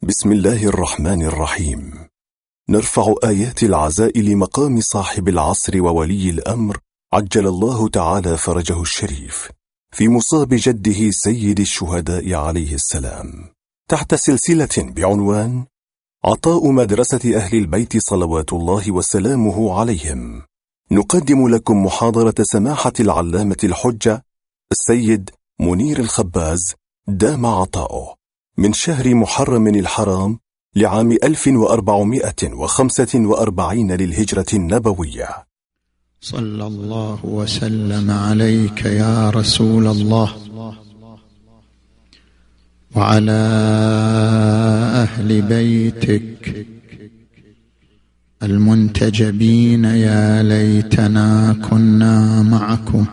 بسم الله الرحمن الرحيم. نرفع آيات العزاء لمقام صاحب العصر وولي الأمر عجل الله تعالى فرجه الشريف في مصاب جده سيد الشهداء عليه السلام، تحت سلسلة بعنوان عطاء مدرسة أهل البيت صلوات الله وسلامه عليهم. نقدم لكم محاضرة سماحة العلامة الحجة السيد منير الخباز دام عطاؤه من شهر محرم الحرام لعام 1445 للهجرة النبوية. صلى الله وسلم عليك يا رسول الله وعلى أهل بيتك المنتجبين، يا ليتنا كنا معكم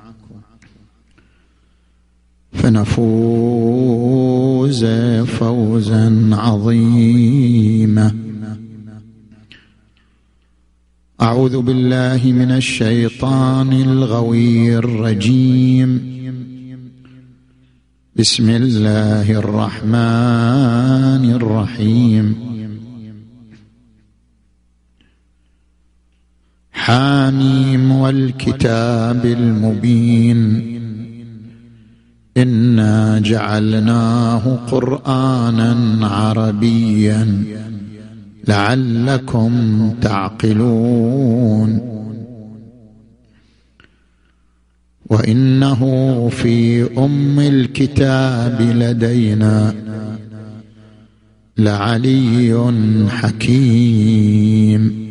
فنفوز فوزا عظيما. أعوذ بالله من الشيطان الغوي الرجيم. بسم الله الرحمن الرحيم. حاميم والكتاب المبين إنا جعلناه قرآنا عربيا لعلكم تعقلون وإنه في أم الكتاب لدينا لعلي حكيم.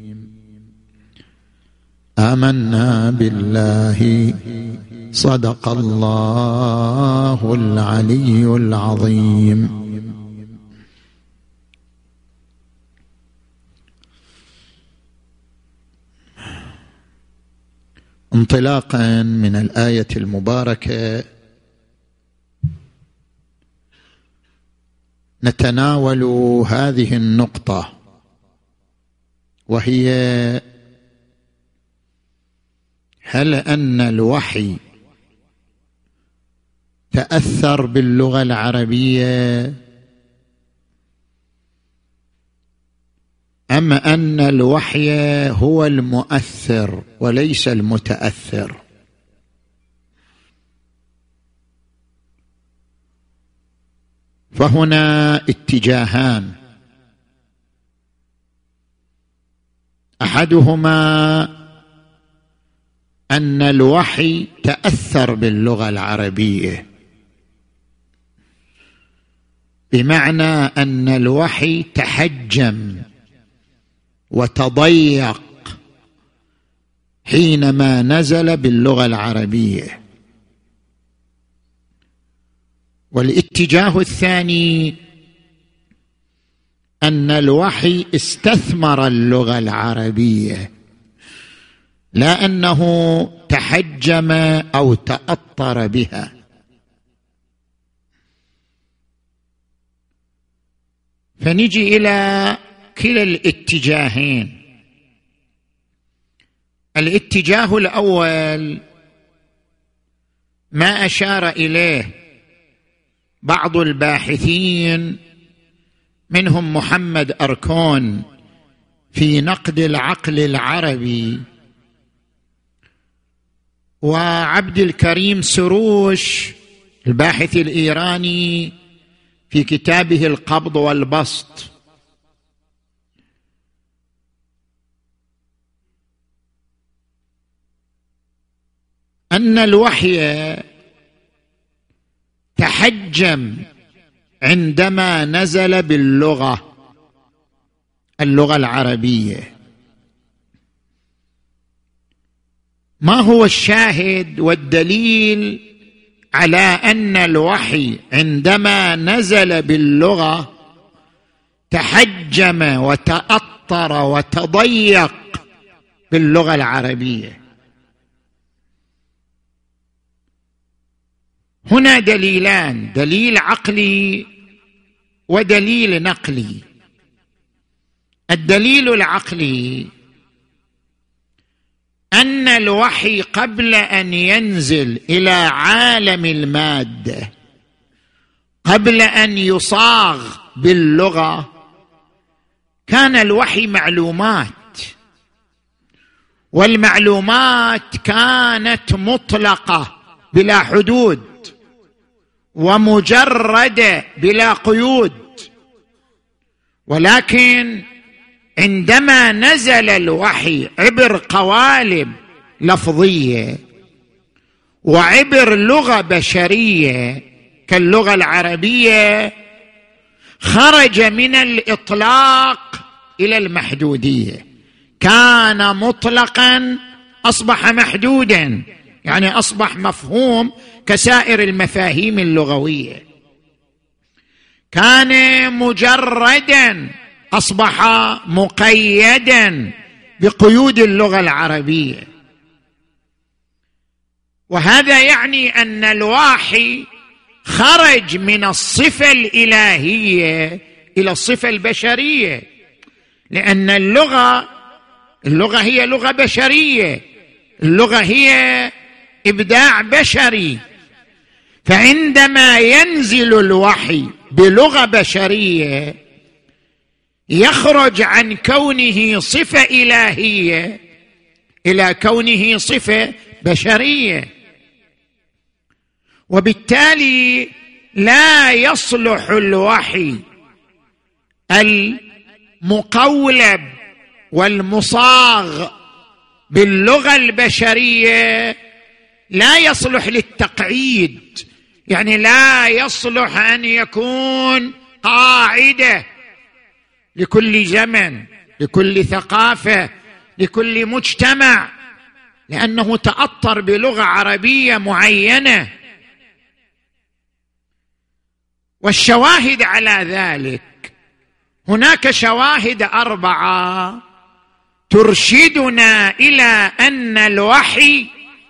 آمنا بالله صدق الله العلي العظيم. انطلاقا من الآية المباركة نتناول هذه النقطة، وهي هل أن الوحي تأثر باللغة العربية أم أن الوحي هو المؤثر وليس المتأثر؟ فهنا اتجاهان، أحدهما أن الوحي تأثر باللغة العربية، بمعنى أن الوحي تحجم وتضيق حينما نزل باللغة العربية. والاتجاه الثاني أن الوحي استثمر اللغة العربية، لا أنه تحجم أو تأطر بها. فنجي إلى كلا الاتجاهين. الاتجاه الأول ما أشار إليه بعض الباحثين، منهم محمد أركون في نقد العقل العربي، وعبد الكريم سروش الباحث الإيراني في كتابه القبض والبسط. أن الوحي تحجم عندما نزل باللغة العربية. ما هو الشاهد والدليل على أن الوحي عندما نزل باللغة تحجم وتأطر وتضيق باللغة العربية؟ هنا دليلان، دليل عقلي ودليل نقلي. الدليل العقلي أن الوحي قبل أن ينزل إلى عالم المادة، قبل أن يصاغ باللغة كان الوحي معلومات، والمعلومات كانت مطلقة بلا حدود ومجردة بلا قيود. ولكن عندما نزل الوحي عبر قوالب لفظية وعبر لغة بشرية كاللغة العربية، خرج من الإطلاق إلى المحدودية. كان مطلقا أصبح محدودا، يعني أصبح مفهوم كسائر المفاهيم اللغوية. كان مجردا أصبح مقيدا بقيود اللغة العربية. وهذا يعني أن الوحي خرج من الصفة الإلهية إلى الصفة البشرية، لأن اللغة هي لغة بشرية، اللغة هي إبداع بشري. فعندما ينزل الوحي بلغة بشرية يخرج عن كونه صفة إلهية إلى كونه صفة بشرية، وبالتالي لا يصلح الوحي المقولب والمصاغ باللغة البشرية، لا يصلح للتقعيد، يعني لا يصلح أن يكون قاعدة لكل زمن، لكل ثقافة، لكل مجتمع، لأنه تأطر بلغة عربية معينة. والشواهد على ذلك، هناك شواهد 4 ترشدنا إلى أن الوحي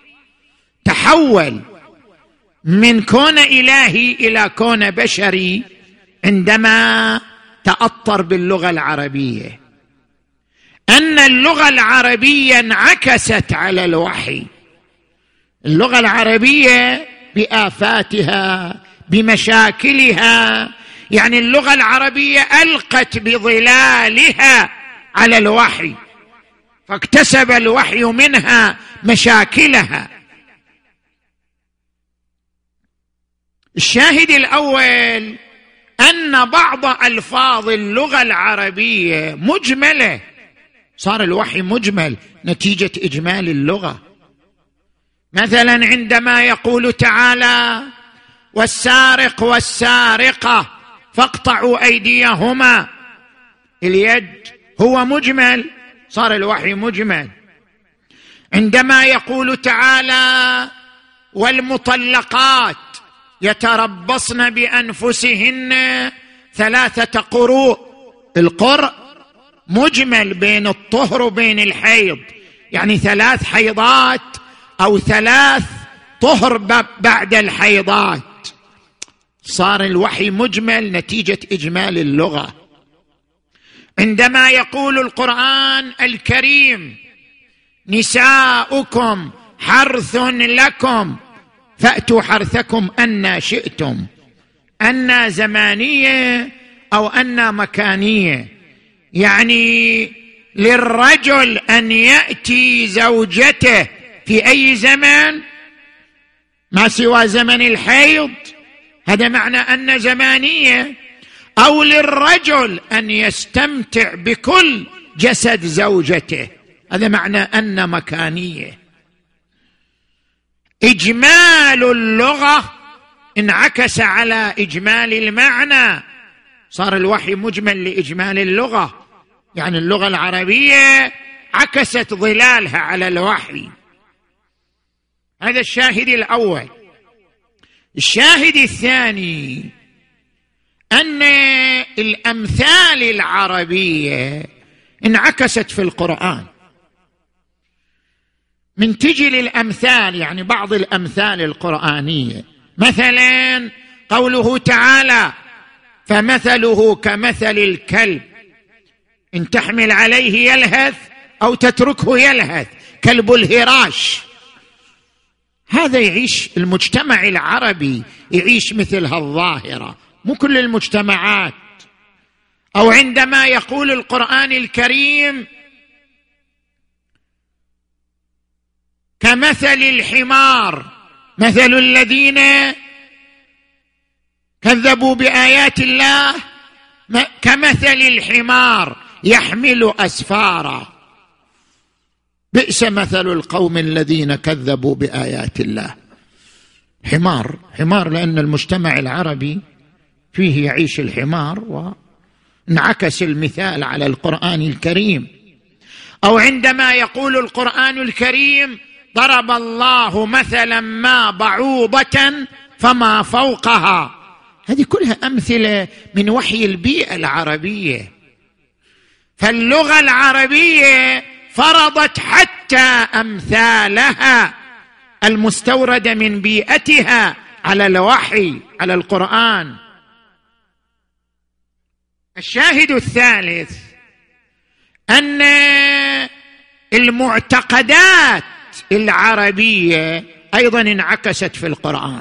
تحول من كون إلهي إلى كون بشري عندما تأطر باللغة العربية. أن اللغة العربية انعكست على الوحي، اللغة العربية بآفاتها بمشاكلها، يعني اللغة العربية ألقت بظلالها على الوحي، فاكتسب الوحي منها مشاكلها. الشاهد الأول أن بعض ألفاظ اللغة العربية مجملة، صار الوحي مجمل نتيجة إجمال اللغة. مثلا عندما يقول تعالى: والسارق والسارقة فاقطعوا أيديهما، اليد هو مجمل، صار الوحي مجمل. عندما يقول تعالى: والمطلقات يتربصن بأنفسهن 3 قروء، القرء مجمل بين الطهر وبين الحيض، يعني 3 حيضات أو 3 طهر بعد الحيضات، صار الوحي مجمل نتيجة إجمال اللغة. عندما يقول القرآن الكريم: نساؤكم حرث لكم فأتوا حرثكم أن شئتم، أن زمانية أو أن مكانية، يعني للرجل أن يأتي زوجته في أي زمان ما سوى زمن الحيض، هذا معنى أن زمانية، أو للرجل أن يستمتع بكل جسد زوجته، هذا معنى أن مكانية. إجمال اللغة انعكس على إجمال المعنى، صار الوحي مجمل لإجمال اللغة، يعني اللغة العربية عكست ظلالها على الوحي. هذا الشاهد الأول. الشاهد الثاني أن الأمثال العربية انعكست في القرآن. من تجي للأمثال، يعني بعض الأمثال القرآنية، مثلا قوله تعالى: فمثله كمثل الكلب إن تحمل عليه يلهث أو تتركه يلهث، كلب الهراش. هذا يعيش المجتمع العربي، يعيش مثل هالظاهرة، مو كل المجتمعات. أو عندما يقول القرآن الكريم كمثل الحمار مثل الذين كذبوا بآيات الله كمثل الحمار يحمل أسفارا بئس مثل القوم الذين كذبوا بآيات الله. حمار لأن المجتمع العربي فيه يعيش الحمار، وانعكس المثال على القرآن الكريم. أو عندما يقول القرآن الكريم ضرب الله مثلا ما بعوضة فما فوقها، هذه كلها أمثلة من وحي البيئة العربية. فاللغة العربية فرضت حتى أمثالها المستوردة من بيئتها على الوحي، على القرآن. الشاهد الثالث أن المعتقدات العربية أيضا انعكست في القرآن.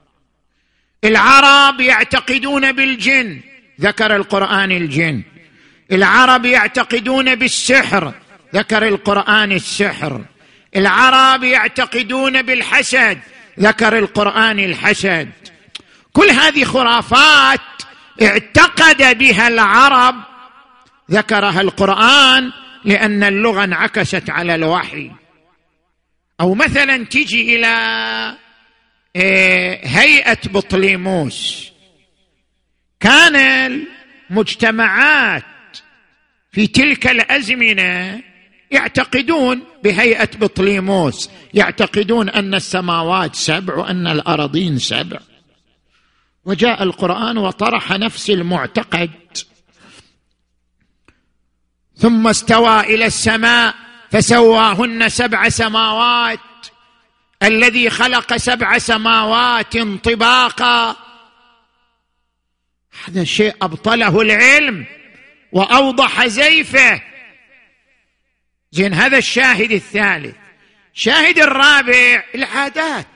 العرب يعتقدون بالجن، ذكر القرآن الجن. العرب يعتقدون بالسحر، ذكر القرآن السحر. العرب يعتقدون بالحسد، ذكر القرآن الحسد. كل هذه خرافات اعتقد بها العرب، ذكرها القرآن لأن اللغة انعكست على الوحي. أو مثلا تجي إلى هيئة بطليموس، كان المجتمعات في تلك الأزمنة يعتقدون بهيئة بطليموس، يعتقدون أن السماوات 7 وأن الأراضين 7. وجاء القرآن وطرح نفس المعتقد. ثم استوى إلى السماء فسواهن 7 سماوات، الذي خلق 7 سماوات طباقا. هذا شيء أبطله العلم وأوضح زيفه. زين، هذا الشاهد الثالث. الشاهد الرابع العادات.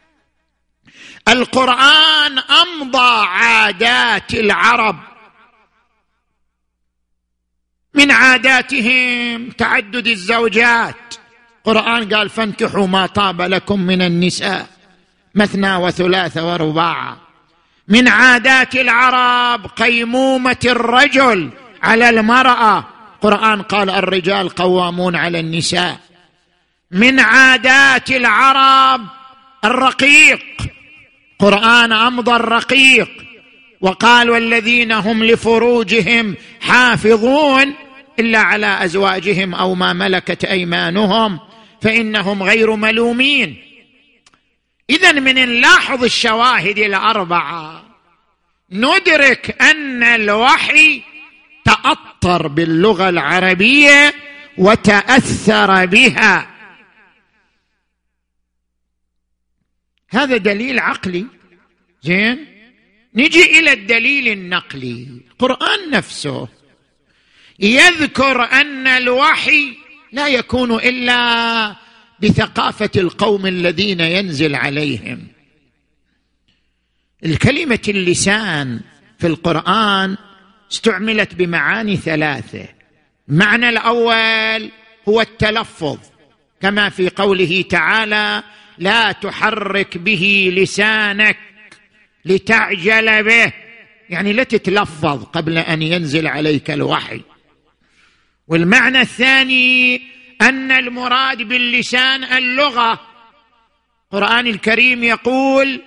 القرآن أمضى عادات العرب، من عاداتهم تعدد الزوجات. القرآن قال فانكحوا ما طاب لكم من النساء مثنى وثلاث ورباع. من عادات العرب قيمومة الرجل على المرأة، القرآن قال الرجال قوامون على النساء. من عادات العرب الرقيق، القرآن أمضى الرقيق وقال والذين هم لفروجهم حافظون إلا على أزواجهم أو ما ملكت أيمانهم فإنهم غير ملومين. إذن من نلاحظ الشواهد الأربعة ندرك أن الوحي تأطر باللغة العربية وتأثر بها. هذا دليل عقلي. زين، نجي إلى الدليل النقلي. القرآن نفسه يذكر أن الوحي لا يكون إلا بثقافة القوم الذين ينزل عليهم. الكلمة اللسان في القرآن استعملت بمعاني 3. المعنى الأول هو التلفظ، كما في قوله تعالى لا تحرك به لسانك لتعجل به، يعني لا تتلفظ قبل أن ينزل عليك الوحي. والمعنى الثاني أن المراد باللسان اللغة. القرآن الكريم يقول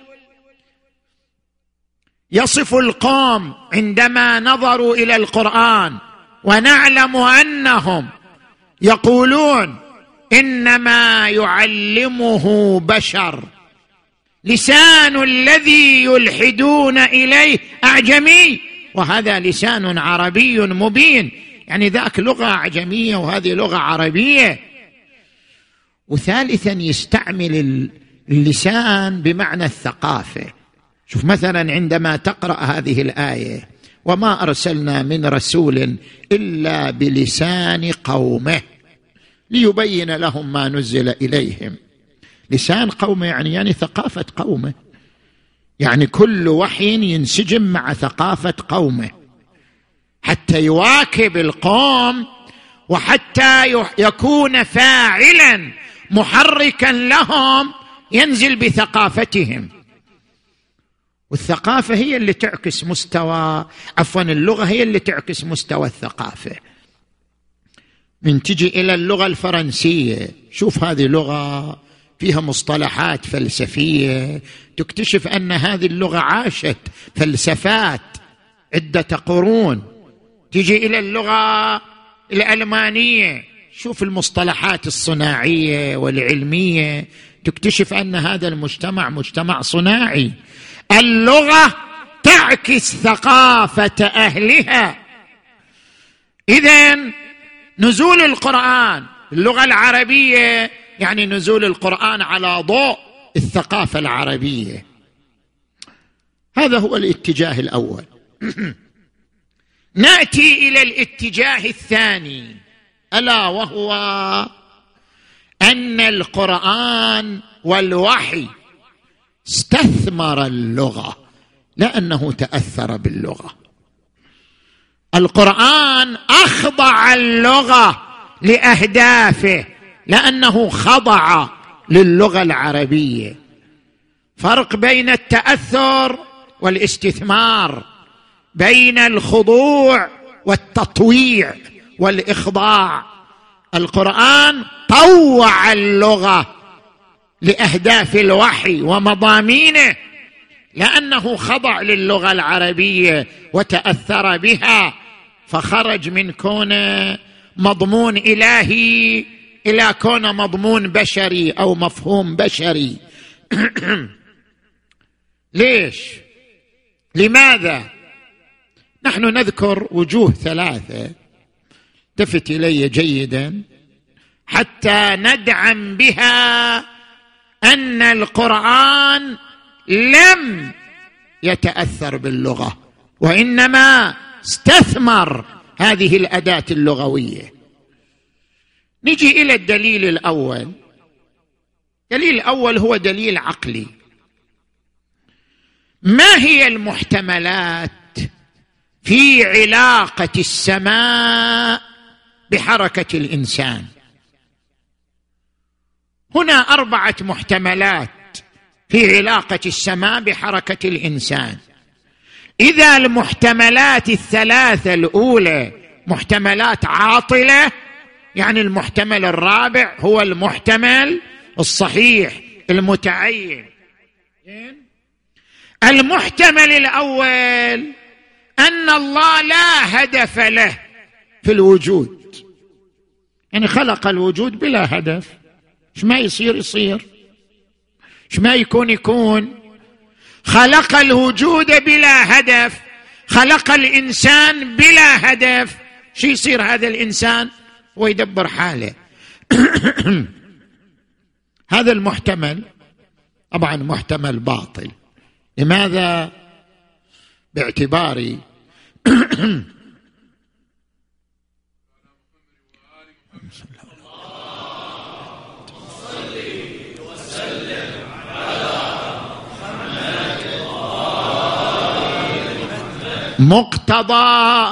يصف القوم عندما نظروا إلى القرآن ونعلم أنهم يقولون إنما يعلمه بشر، لسان الذي يلحدون إليه أعجمي وهذا لسان عربي مبين، يعني ذاك لغة أعجمية وهذه لغة عربية. وثالثا يستعمل اللسان بمعنى الثقافة. شوف مثلا عندما تقرأ هذه الآية وما أرسلنا من رسول إلا بلسان قومه ليبين لهم ما نزل إليهم. لسان قومه يعني ثقافة قومه، يعني كل وحي ينسجم مع ثقافة قومه. حتى حتى يواكب القوم وحتى يكون فاعلا محركا لهم، ينزل بثقافتهم. والثقافة هي اللي تعكس اللغة هي اللي تعكس مستوى الثقافة. من تجي إلى اللغة الفرنسية، شوف هذه لغة فيها مصطلحات فلسفية، تكتشف أن هذه اللغة عاشت فلسفات عدة قرون. تجي إلى اللغة الألمانية، شوف المصطلحات الصناعية والعلمية، تكتشف أن هذا المجتمع مجتمع صناعي. اللغة تعكس ثقافة أهلها. إذن نزول القرآن اللغة العربية يعني نزول القرآن على ضوء الثقافة العربية. هذا هو الاتجاه الأول. نأتي إلى الاتجاه الثاني، ألا وهو أن القرآن والوحي استثمر اللغة لأنه تأثر باللغة. القرآن أخضع اللغة لأهدافه لأنه خضع للغة العربية. فرق بين التأثر والاستثمار، بين الخضوع والتطويع والإخضاع. القرآن طوع اللغة لأهداف الوحي ومضامينه لأنه خضع للغة العربية وتأثر بها، فخرج من كون مضمون إلهي إلى كون مضمون بشري أو مفهوم بشري. ليش؟ لماذا؟ نحن نذكر وجوه ثلاثة، التفت إلي جيدا حتى ندعم بها أن القرآن لم يتأثر باللغة وإنما استثمر هذه الأداة اللغوية. نجي إلى الدليل الأول. الدليل الأول هو دليل عقلي. ما هي المحتملات في علاقة السماء بحركة الإنسان؟ هنا 4 محتملات في علاقة السماء بحركة الإنسان. إذا المحتملات الثلاثة الأولى محتملات عاطلة، يعني المحتمل الرابع هو المحتمل الصحيح المتعين. المحتمل الأول أن الله لا هدف له في الوجود، يعني خلق الوجود بلا هدف. ايش ما يصير يصير، ايش ما يكون. خلق الوجود بلا هدف، خلق الإنسان بلا هدف. شو يصير هذا الإنسان؟ هو يدبر حاله. هذا المحتمل طبعا محتمل باطل. لماذا؟ باعتباري مقتضى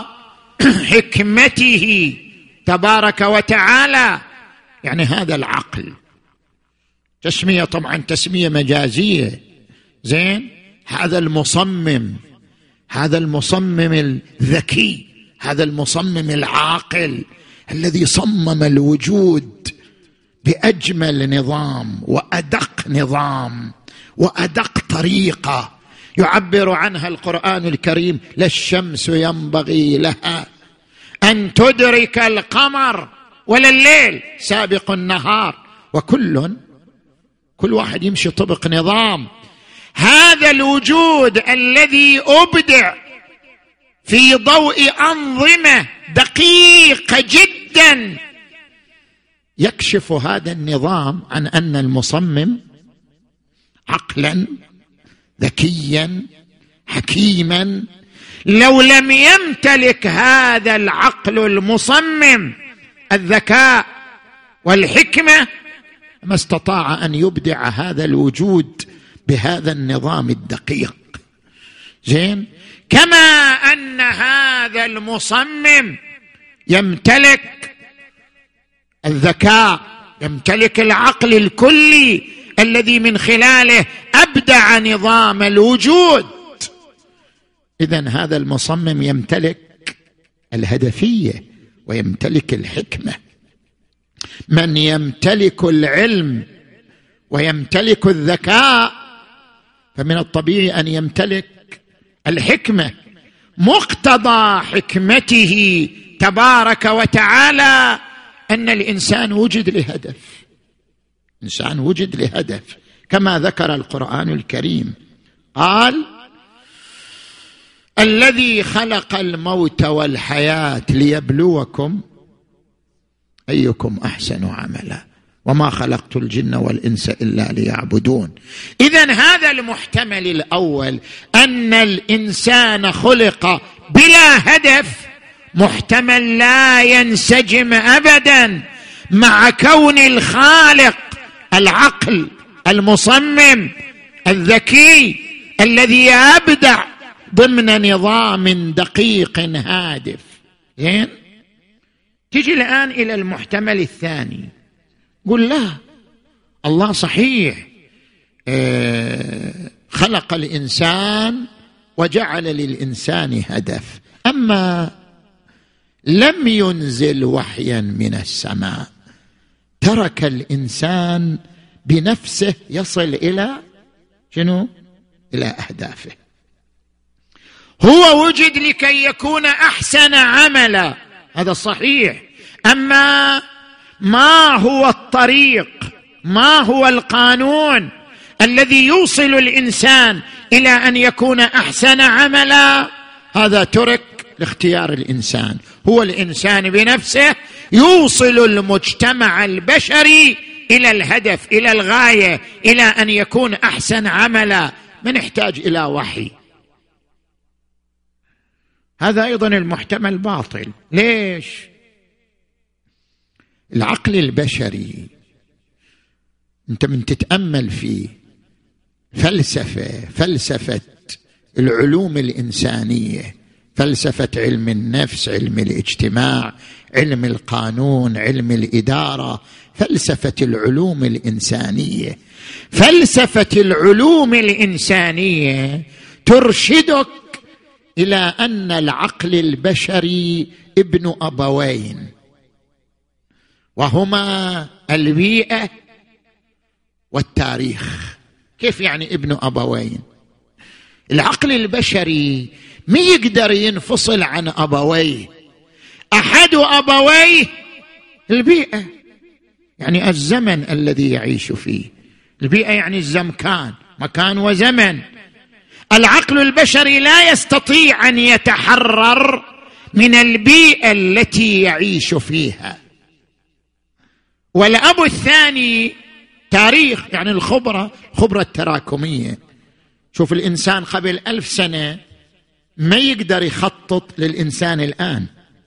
حكمته تبارك وتعالى، يعني هذا العقل. تسمية طبعا تسمية مجازية. زين، هذا المصمم الذكي، هذا المصمم العاقل الذي صمم الوجود بأجمل نظام وأدق طريقة يعبر عنها القرآن الكريم: لا الشمس ينبغي لها أن تدرك القمر ولا الليل سابق النهار، وكل واحد يمشي طبق نظام. هذا الوجود الذي أبدع في ضوء أنظمة دقيقة جدا يكشف هذا النظام عن أن المصمم عقلا ذكيا حكيما لو لم يمتلك هذا العقل المصمم الذكاء والحكمة ما استطاع أن يبدع هذا الوجود بهذا النظام الدقيق. زين، كما أن هذا المصمم يمتلك الذكاء، يمتلك العقل الكلي الذي من خلاله أبدع نظام الوجود، إذن هذا المصمم يمتلك الهدفية ويمتلك الحكمة. من يمتلك العلم ويمتلك الذكاء فمن الطبيعي أن يمتلك الحكمة. مقتضى حكمته تبارك وتعالى أن الإنسان وجد لهدف، إنسان وجد لهدف، كما ذكر القرآن الكريم، قال: الذي خلق الموت والحياة ليبلوكم أيكم أحسن عملا وما خلقت الجن والإنس إلا ليعبدون. إذن هذا المحتمل الأول أن الإنسان خلق بلا هدف محتمل لا ينسجم أبدا مع كون الخالق العقل المصمم الذكي الذي أبدع ضمن نظام دقيق هادف. زين، تجي الآن إلى المحتمل الثاني، قل لا، الله صحيح خلق الإنسان وجعل للإنسان هدف، أما لم ينزل وحيا من السماء، ترك الإنسان بنفسه يصل إلى شنو؟ إلى أهدافه. هو وجد لكي يكون أحسن عملا، هذا صحيح، أما ما هو الطريق، ما هو القانون الذي يوصل الإنسان إلى أن يكون أحسن عملا، هذا ترك لاختيار الإنسان. هو الإنسان بنفسه يوصل المجتمع البشري إلى الهدف، إلى الغاية، إلى أن يكون أحسن عملا، ما نحتاج إلى وحي. هذا أيضا المحتمل باطل. ليش؟ العقل البشري أنت من تتأمل فيه فلسفة العلوم الإنسانية، فلسفة علم النفس، علم الاجتماع، علم القانون، علم الإدارة، فلسفة العلوم الإنسانية. فلسفة العلوم الإنسانية ترشدك إلى أن العقل البشري ابن أبوين، وهما البيئة والتاريخ. كيف يعني ابن أبوين؟ العقل البشري ما يقدر ينفصل عن أبويه، أحد أبويه البيئة، يعني الزمن الذي يعيش فيه. البيئة يعني الزمكان، مكان وزمن. العقل البشري لا يستطيع أن يتحرر من البيئة التي يعيش فيها. والأب الثاني تاريخ، يعني الخبرة التراكمية. شوف الإنسان قبل 1000 سنة ما يقدر يخطط للإنسان الآن.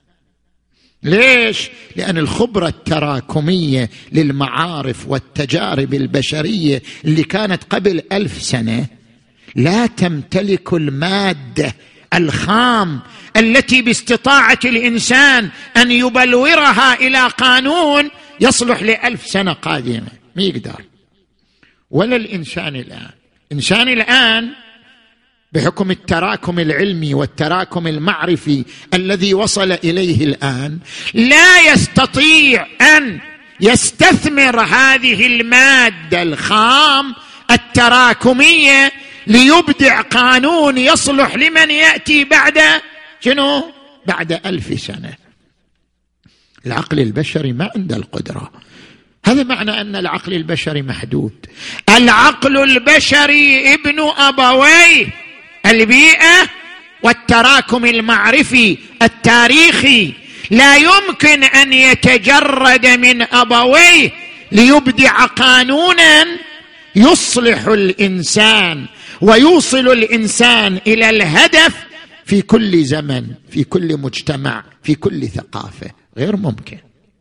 ليش؟ لأن الخبرة التراكمية للمعارف والتجارب البشرية اللي كانت قبل 1000 سنة لا تمتلك المادة الخام التي باستطاعة الإنسان أن يبلورها إلى قانون يصلح ل1000 سنة قادمة، ما يقدر. ولا الإنسان الآن. الإنسان الآن بحكم التراكم العلمي والتراكم المعرفي الذي وصل إليه الآن لا يستطيع أن يستثمر هذه المادة الخام التراكمية ليبدع قانون يصلح لمن يأتي بعد شنو؟ بعد 1000 سنة. العقل البشري ما عنده القدرة. هذا معنى أن العقل البشري محدود. العقل البشري ابن أبويه، البيئة والتراكم المعرفي التاريخي. لا يمكن أن يتجرد من أبويه ليبدع قانونا يصلح الإنسان ويوصل الإنسان إلى الهدف في كل زمن، في كل مجتمع، في كل ثقافة. غير ممكن.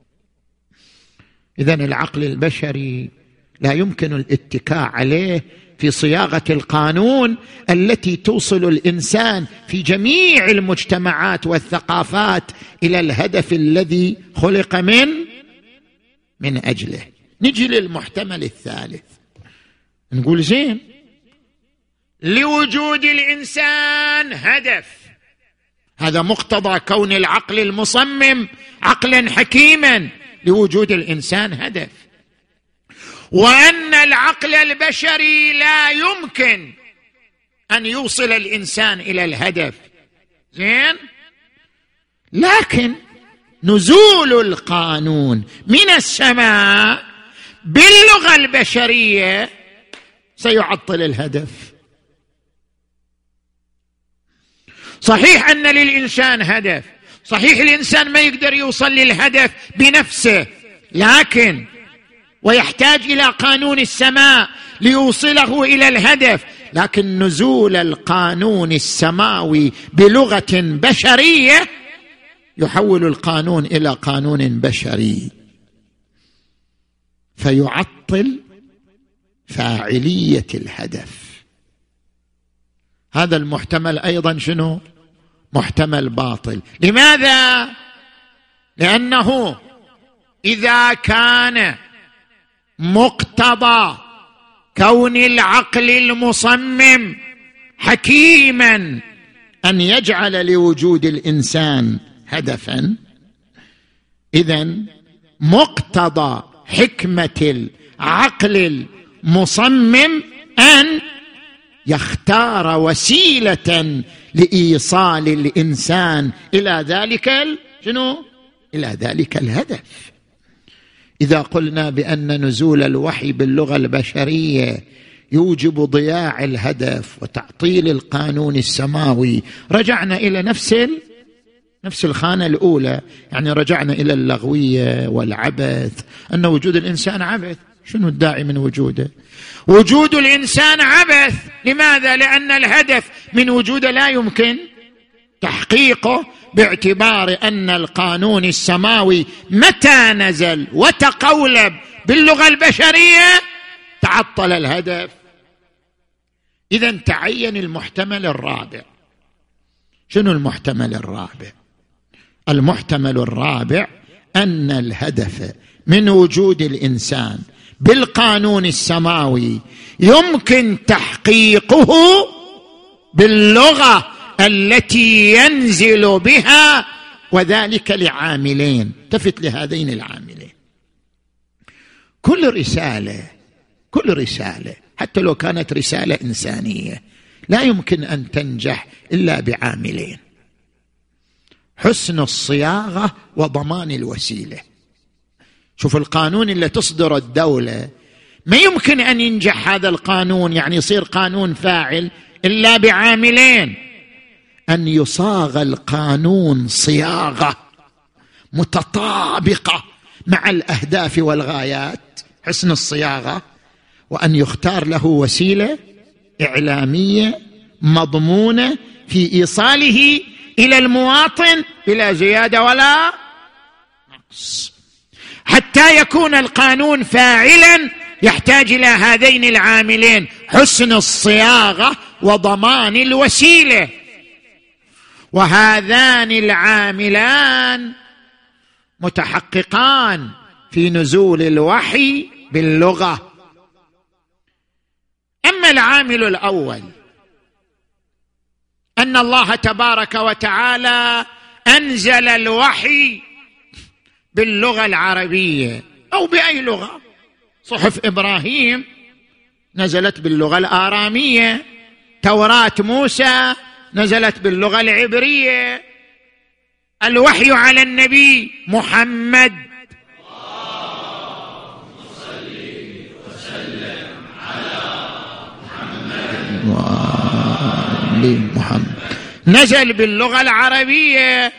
إذن العقل البشري لا يمكن الاتكاء عليه في صياغة القانون التي توصل الإنسان في جميع المجتمعات والثقافات إلى الهدف الذي خلق من أجله. نجي للمحتمل الثالث، نقول زين، لوجود الإنسان هدف، هذا مقتضى كون العقل المصمم عقلا حكيما، لوجود الإنسان هدف، وأن العقل البشري لا يمكن أن يوصل الإنسان إلى الهدف. زين، لكن نزول القانون من السماء باللغة البشرية سيعطل الهدف. صحيح أن للإنسان هدف، صحيح الإنسان ما يقدر يوصل للهدف بنفسه، لكن ويحتاج إلى قانون السماء ليوصله إلى الهدف، لكن نزول القانون السماوي بلغة بشرية يحول القانون إلى قانون بشري فيعطل فاعلية الهدف. هذا المحتمل أيضا شنو؟ محتمل باطل. لماذا؟ لأنه إذا كان مقتضى كون العقل المصمم حكيما أن يجعل لوجود الإنسان هدفا، إذن مقتضى حكمة العقل المصمم أن يختار وسيلة لإيصال الإنسان إلى ذلك إلى ذلك الهدف. إذا قلنا بأن نزول الوحي باللغة البشرية يوجب ضياع الهدف وتعطيل القانون السماوي، رجعنا إلى نفس الخانة الأولى، يعني رجعنا إلى اللغوية والعبث، أن وجود الإنسان عبث. شنو الداعي من وجوده؟ وجود الإنسان عبث. لماذا؟ لأن الهدف من وجوده لا يمكن تحقيقه، باعتبار أن القانون السماوي متى نزل وتقولب باللغة البشرية تعطل الهدف. إذن تعين المحتمل الرابع. شنو المحتمل الرابع؟ المحتمل الرابع أن الهدف من وجود الإنسان بالقانون السماوي يمكن تحقيقه باللغة التي ينزل بها، وذلك لعاملين. التفت لهذين العاملين. كل رسالة حتى لو كانت رسالة إنسانية لا يمكن أن تنجح إلا بعاملين: حسن الصياغة وضمان الوسيلة. شوف القانون اللي تصدر الدولة ما يمكن أن ينجح هذا القانون، يعني يصير قانون فاعل، إلا بعاملين: أن يصاغ القانون صياغة متطابقة مع الأهداف والغايات، حسن الصياغة، وأن يختار له وسيلة إعلامية مضمونة في إيصاله إلى المواطن بلا زيادة ولا نقص. حتى يكون القانون فاعلا يحتاج إلى هذين العاملين: حسن الصياغة وضمان الوسيلة. وهذان العاملان متحققان في نزول الوحي باللغة. أما العامل الأول أن الله تبارك وتعالى أنزل الوحي باللغة العربية أو بأي لغة. صحف إبراهيم نزلت باللغة الآرامية، توراة موسى نزلت باللغة العبرية، الوحي على النبي محمد محمد نزل باللغة العربية.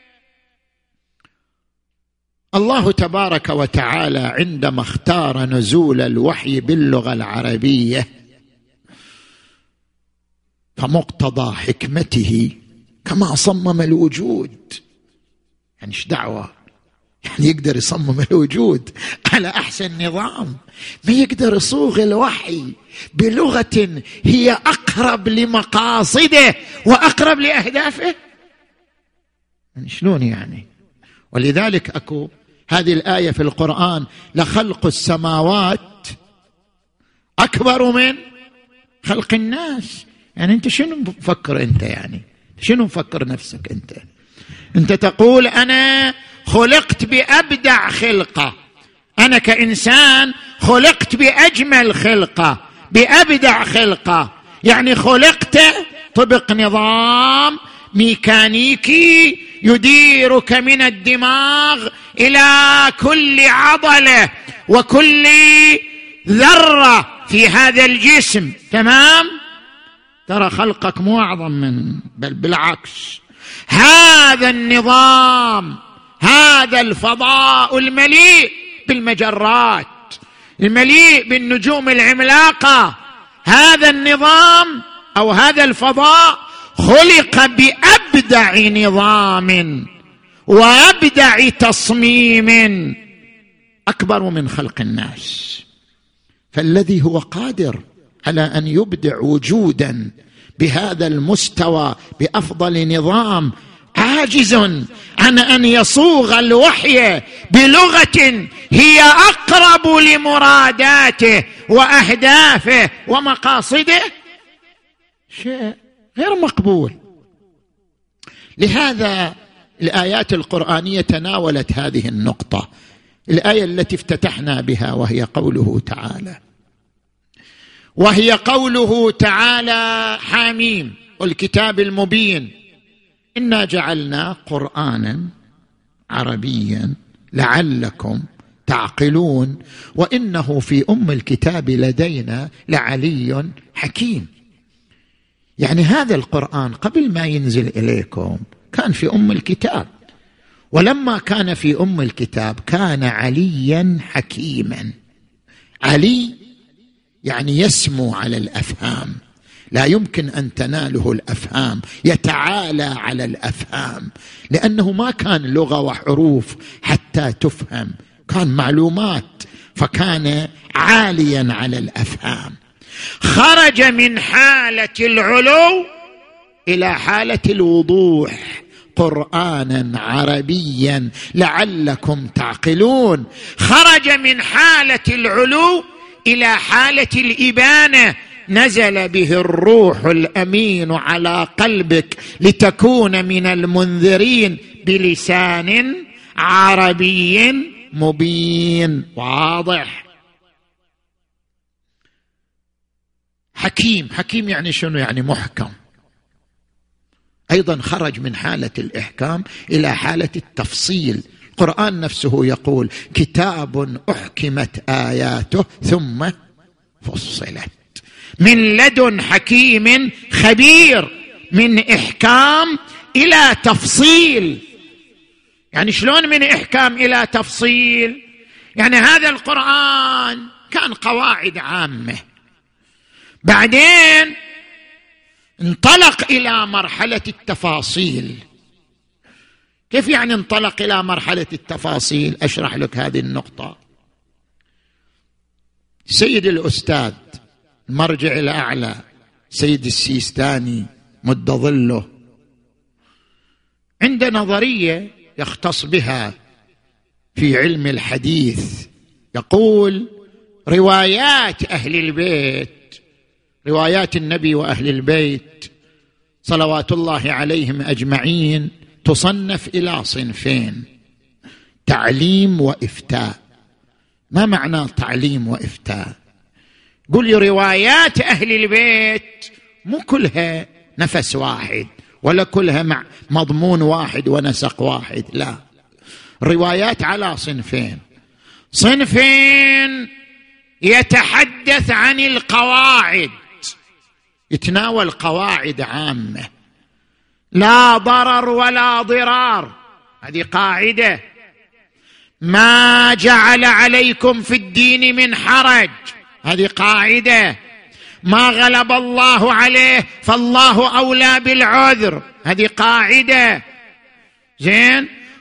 الله تبارك وتعالى عندما اختار نزول الوحي باللغة العربية فمقتضى حكمته كما صمم الوجود، يعني ايش دعوة يعني يقدر يصمم الوجود على أحسن نظام، ما يقدر يصوغ الوحي بلغة هي أقرب لمقاصده وأقرب لأهدافه؟ يعني شلون يعني؟ ولذلك أكو هذه الآية في القرآن: لخلق السماوات أكبر من خلق الناس. يعني أنت شنو مفكر أنت؟ يعني شنو مفكر نفسك أنت تقول أنا خلقت بأبدع خلقة، أنا كإنسان خلقت بأجمل خلقة، بأبدع خلقة، يعني خلقت طبق نظام ميكانيكي يديرك من الدماغ إلى كل عضلة وكل ذرة في هذا الجسم، تمام؟ ترى خلقك مو أعظم من، بل بالعكس، هذا النظام، هذا الفضاء المليء بالمجرات، المليء بالنجوم العملاقة، هذا النظام أو هذا الفضاء خلق بأبدع نظام وأبدع تصميم أكبر من خلق الناس. فالذي هو قادر على أن يبدع وجودا بهذا المستوى بأفضل نظام عاجز عن أن يصوغ الوحي بلغة هي أقرب لمراداته وأهدافه ومقاصده، شيء غير مقبول. لهذا الآيات القرآنية تناولت هذه النقطة. الآية التي افتتحنا بها وهي قوله تعالى حاميم والكتاب المبين إنا جعلنا قرآنا عربيا لعلكم تعقلون وإنه في أم الكتاب لدينا لعلي حكيم. يعني هذا القرآن قبل ما ينزل إليكم كان في أم الكتاب، ولما كان في أم الكتاب كان عليا حكيما. علي يعني يسمو على الأفهام، لا يمكن أن تناله الأفهام، يتعالى على الأفهام، لأنه ما كان لغة وحروف حتى تفهم، كان معلومات، فكان عاليا على الأفهام. خرج من حالة العلو إلى حالة الوضوح، قرآنا عربيا لعلكم تعقلون. خرج من حالة العلو إلى حالة الإبانة، نزل به الروح الأمين على قلبك لتكون من المنذرين بلسان عربي مبين واضح. حكيم، حكيم يعني شنو؟ يعني محكم. أيضا خرج من حالة الإحكام إلى حالة التفصيل. القرآن نفسه يقول كتاب أحكمت آياته ثم فصلت من لدن حكيم خبير. من إحكام إلى تفصيل. يعني شلون من إحكام إلى تفصيل؟ يعني هذا القرآن كان قواعد عامة، بعدين انطلق إلى مرحلة التفاصيل. كيف يعني انطلق إلى مرحلة التفاصيل؟ أشرح لك هذه النقطة. سيد الأستاذ المرجع الأعلى سيد السيستاني مد ظله عند نظرية يختص بها في علم الحديث، يقول روايات أهل البيت، روايات النبي وأهل البيت صلوات الله عليهم أجمعين تصنف إلى صنفين: تعليم وإفتاء. ما معنى تعليم وإفتاء؟ قل لي روايات أهل البيت مو كلها نفس واحد ولا كلها مع مضمون واحد ونسق واحد، لا، الروايات على صنفين. صنفين يتحدث عن القواعد، يتناول قواعد عامة، لا ضرر ولا ضرار، هذه قاعدة. ما جعل عليكم في الدين من حرج، هذه قاعدة. ما غلب الله عليه فالله أولى بالعذر، هذه قاعدة. زين،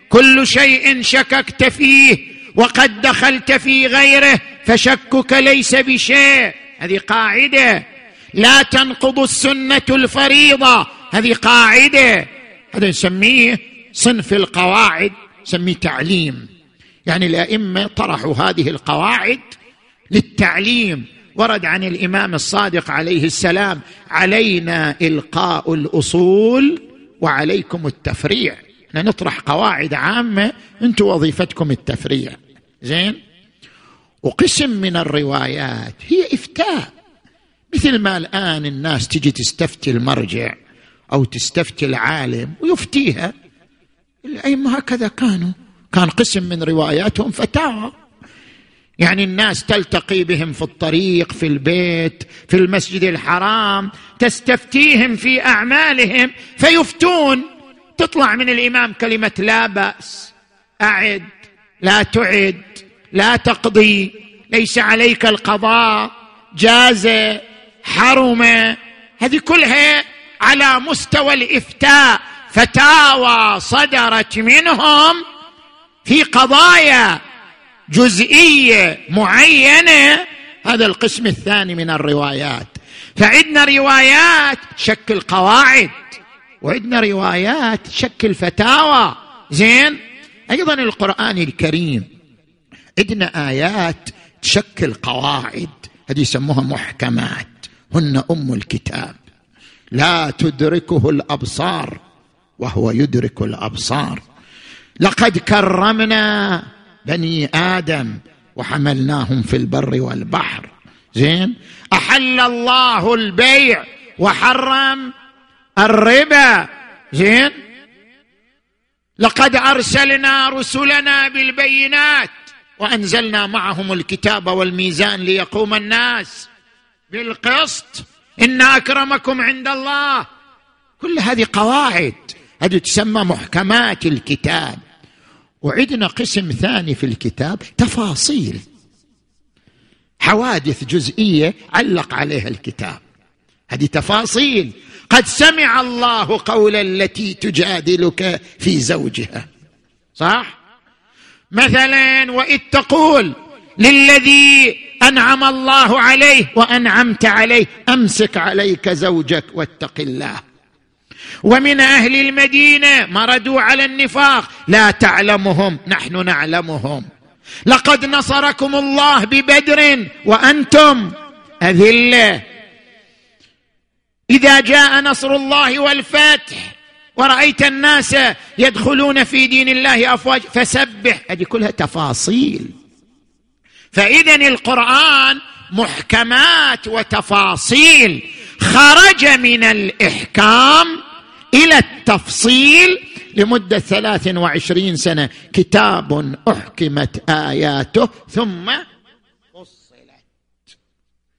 كل شيء شككت فيه وقد دخلت في غيره فشكك ليس بشيء، هذه قاعدة. لا تنقض السنة الفريضة، هذه قاعدة. هذا نسميه صنف القواعد، نسميه تعليم. يعني الأئمة طرحوا هذه القواعد للتعليم. ورد عن الإمام الصادق عليه السلام: علينا إلقاء الأصول وعليكم التفريع. نطرح قواعد عامة، أنتم وظيفتكم التفريع. زين. وقسم من الروايات هي إفتاء، مثل ما الآن الناس تجي تستفتي المرجع أو تستفتي العالم ويفتيها. الأئمة هكذا كان قسم من رواياتهم فتاوى. يعني الناس تلتقي بهم في الطريق، في البيت، في المسجد الحرام، تستفتيهم في أعمالهم فيفتون. تطلع من الإمام كلمة لا بأس، أعد، لا تعد، لا تقضي، ليس عليك القضاء، جاز، حرم. هذه كلها على مستوى الإفتاء، فتاوى صدرت منهم في قضايا جزئية معينة. هذا القسم الثاني من الروايات. فعندنا روايات تشكل قواعد، وعندنا روايات تشكل فتاوى. زين. أيضا القرآن الكريم عندنا آيات تشكل قواعد، هذه يسموها محكمات، هن أم الكتاب. لا تدركه الأبصار وهو يدرك الأبصار. لقد كرمنا بني آدم وحملناهم في البر والبحر. زين. أحل الله البيع وحرم الربا. زين. لقد أرسلنا رسلنا بالبينات وأنزلنا معهم الكتاب والميزان ليقوم الناس بالقسط إن أكرمكم عند الله. كل هذه قواعد، هذه تسمى محكمات الكتاب. وعندنا قسم ثاني في الكتاب تفاصيل، حوادث جزئية علق عليها الكتاب، هذه تفاصيل. قد سمع الله قول التي تجادلك في زوجها. صح؟ مثلا وإذ تقول للذي أنعم الله عليه وأنعمت عليه أمسك عليك زوجك واتق الله. ومن أهل المدينة مردوا على النفاق لا تعلمهم نحن نعلمهم. لقد نصركم الله ببدر وأنتم أذلة. إذا جاء نصر الله والفتح ورأيت الناس يدخلون في دين الله أفواج فسبح. هذه كلها تفاصيل. فإذن القرآن محكمات وتفاصيل، خرج من الإحكام إلى التفصيل لمدة 23 سنة. كتاب أحكمت آياته ثم فصلت.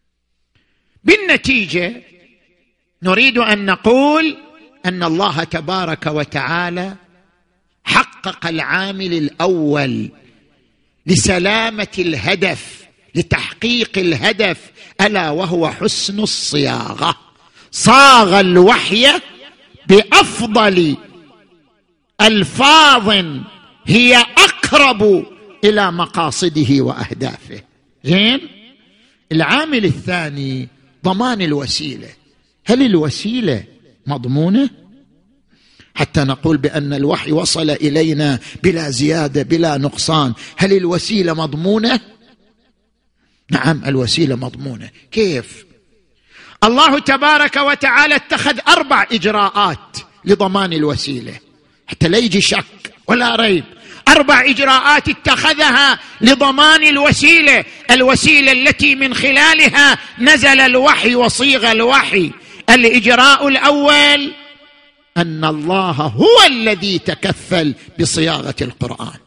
بالنتيجة نريد أن نقول أن الله تبارك وتعالى حقق العامل الأول لسلامة الهدف، لتحقيق الهدف، ألا وهو حسن الصياغة. صاغ الوحي بأفضل ألفاظ هي أقرب إلى مقاصده وأهدافه. زين. العامل الثاني ضمان الوسيلة. هل الوسيلة مضمونة حتى نقول بأن الوحي وصل إلينا بلا زيادة بلا نقصان؟ هل الوسيلة مضمونة؟ نعم، الوسيلة مضمونة. كيف؟ الله تبارك وتعالى اتخذ 4 إجراءات لضمان الوسيلة حتى لا يجي شك ولا ريب. 4 إجراءات اتخذها لضمان الوسيلة، الوسيلة التي من خلالها نزل الوحي وصيغ الوحي. الإجراء الأول أن الله هو الذي تكفل بصياغة القرآن.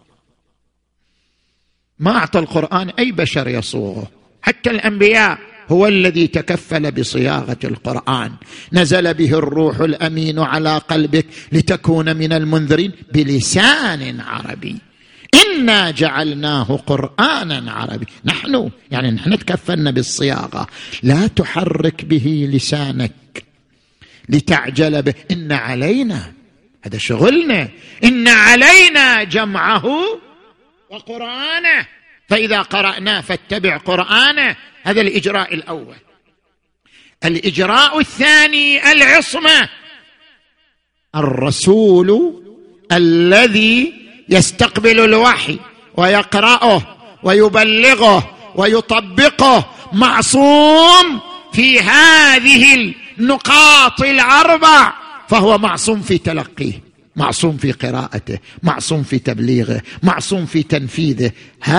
ما أعطى القرآن أي بشر يصوغه، حتى الأنبياء. هو الذي تكفل بصياغة القرآن. نزل به الروح الأمين على قلبك لتكون من المنذرين بلسان عربي. إنا جعلناه قرآنا عربي. نحن تكفلنا بالصياغة. لا تحرك به لسانك لتعجل به، إن علينا هذا شغلنا. إن علينا جمعه وقرآنه فإذا قرأناه فاتبع قرآنه. هذا الإجراء الأول. الإجراء الثاني العصمة. الرسول الذي يستقبل الوحي ويقرأه ويبلغه ويطبقه معصوم في هذه النقاط الأربع، فهو معصوم في تلقيه، معصوم في قراءته، معصوم في تبليغه، معصوم في تنفيذه.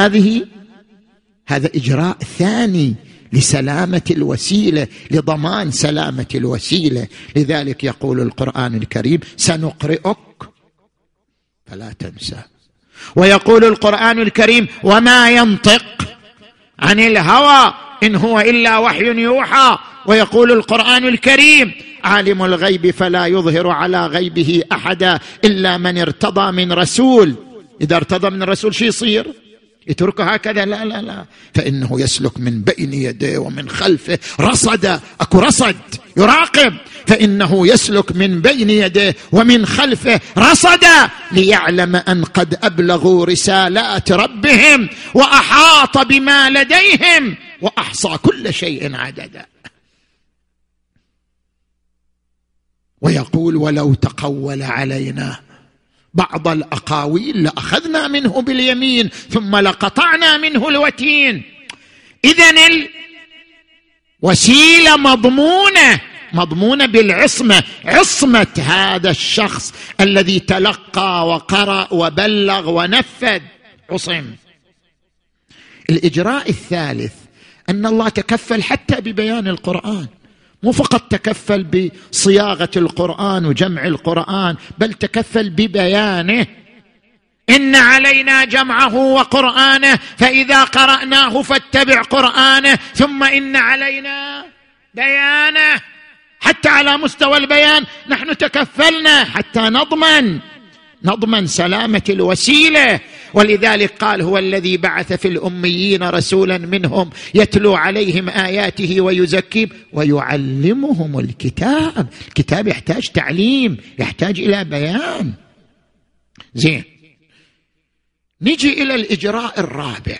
هذا إجراء ثاني لسلامة الوسيلة، لضمان سلامة الوسيلة. لذلك يقول القرآن الكريم: سنقرئك فلا تنسى. ويقول القرآن الكريم: وما ينطق عن الهوى إن هو إلا وحي يوحى. ويقول القرآن الكريم: عالم الغيب فلا يظهر على غيبه أحدا إلا من ارتضى من رسول. إذا ارتضى من الرسول شو يصير؟ يتركه هكذا؟ لا لا لا، فإنه يسلك من بين يديه ومن خلفه رصدا. أكو رصد يراقب، فإنه يسلك من بين يديه ومن خلفه رصدا ليعلم أن قد أبلغوا رسالات ربهم وأحاط بما لديهم وأحصى كل شيء عددا. ويقول: ولو تقول علينا بعض الأقاويل لأخذنا منه باليمين ثم لقطعنا منه الوتين. إذن الوسيلة مضمونة بالعصمة، عصمة هذا الشخص الذي تلقى وقرأ وبلغ ونفذ، عصم. الإجراء الثالث أن الله تكفل حتى ببيان القرآن، مو فقط تكفل بصياغة القرآن وجمع القرآن، بل تكفل ببيانه. إن علينا جمعه وقرآنه فإذا قرأناه فاتبع قرآنه ثم إن علينا بيانه. حتى على مستوى البيان نحن تكفلنا حتى نضمن سلامة الوسيلة. ولذلك قال: هو الذي بعث في الأميين رسولا منهم يتلو عليهم آياته ويزكيهم ويعلمهم الكتاب. الكتاب يحتاج تعليم، يحتاج إلى بيان. زين، نجي إلى الإجراء الرابع.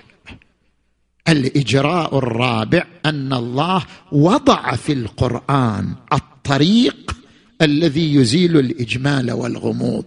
الإجراء الرابع أن الله وضع في القرآن الطريق الذي يزيل الإجمال والغموض.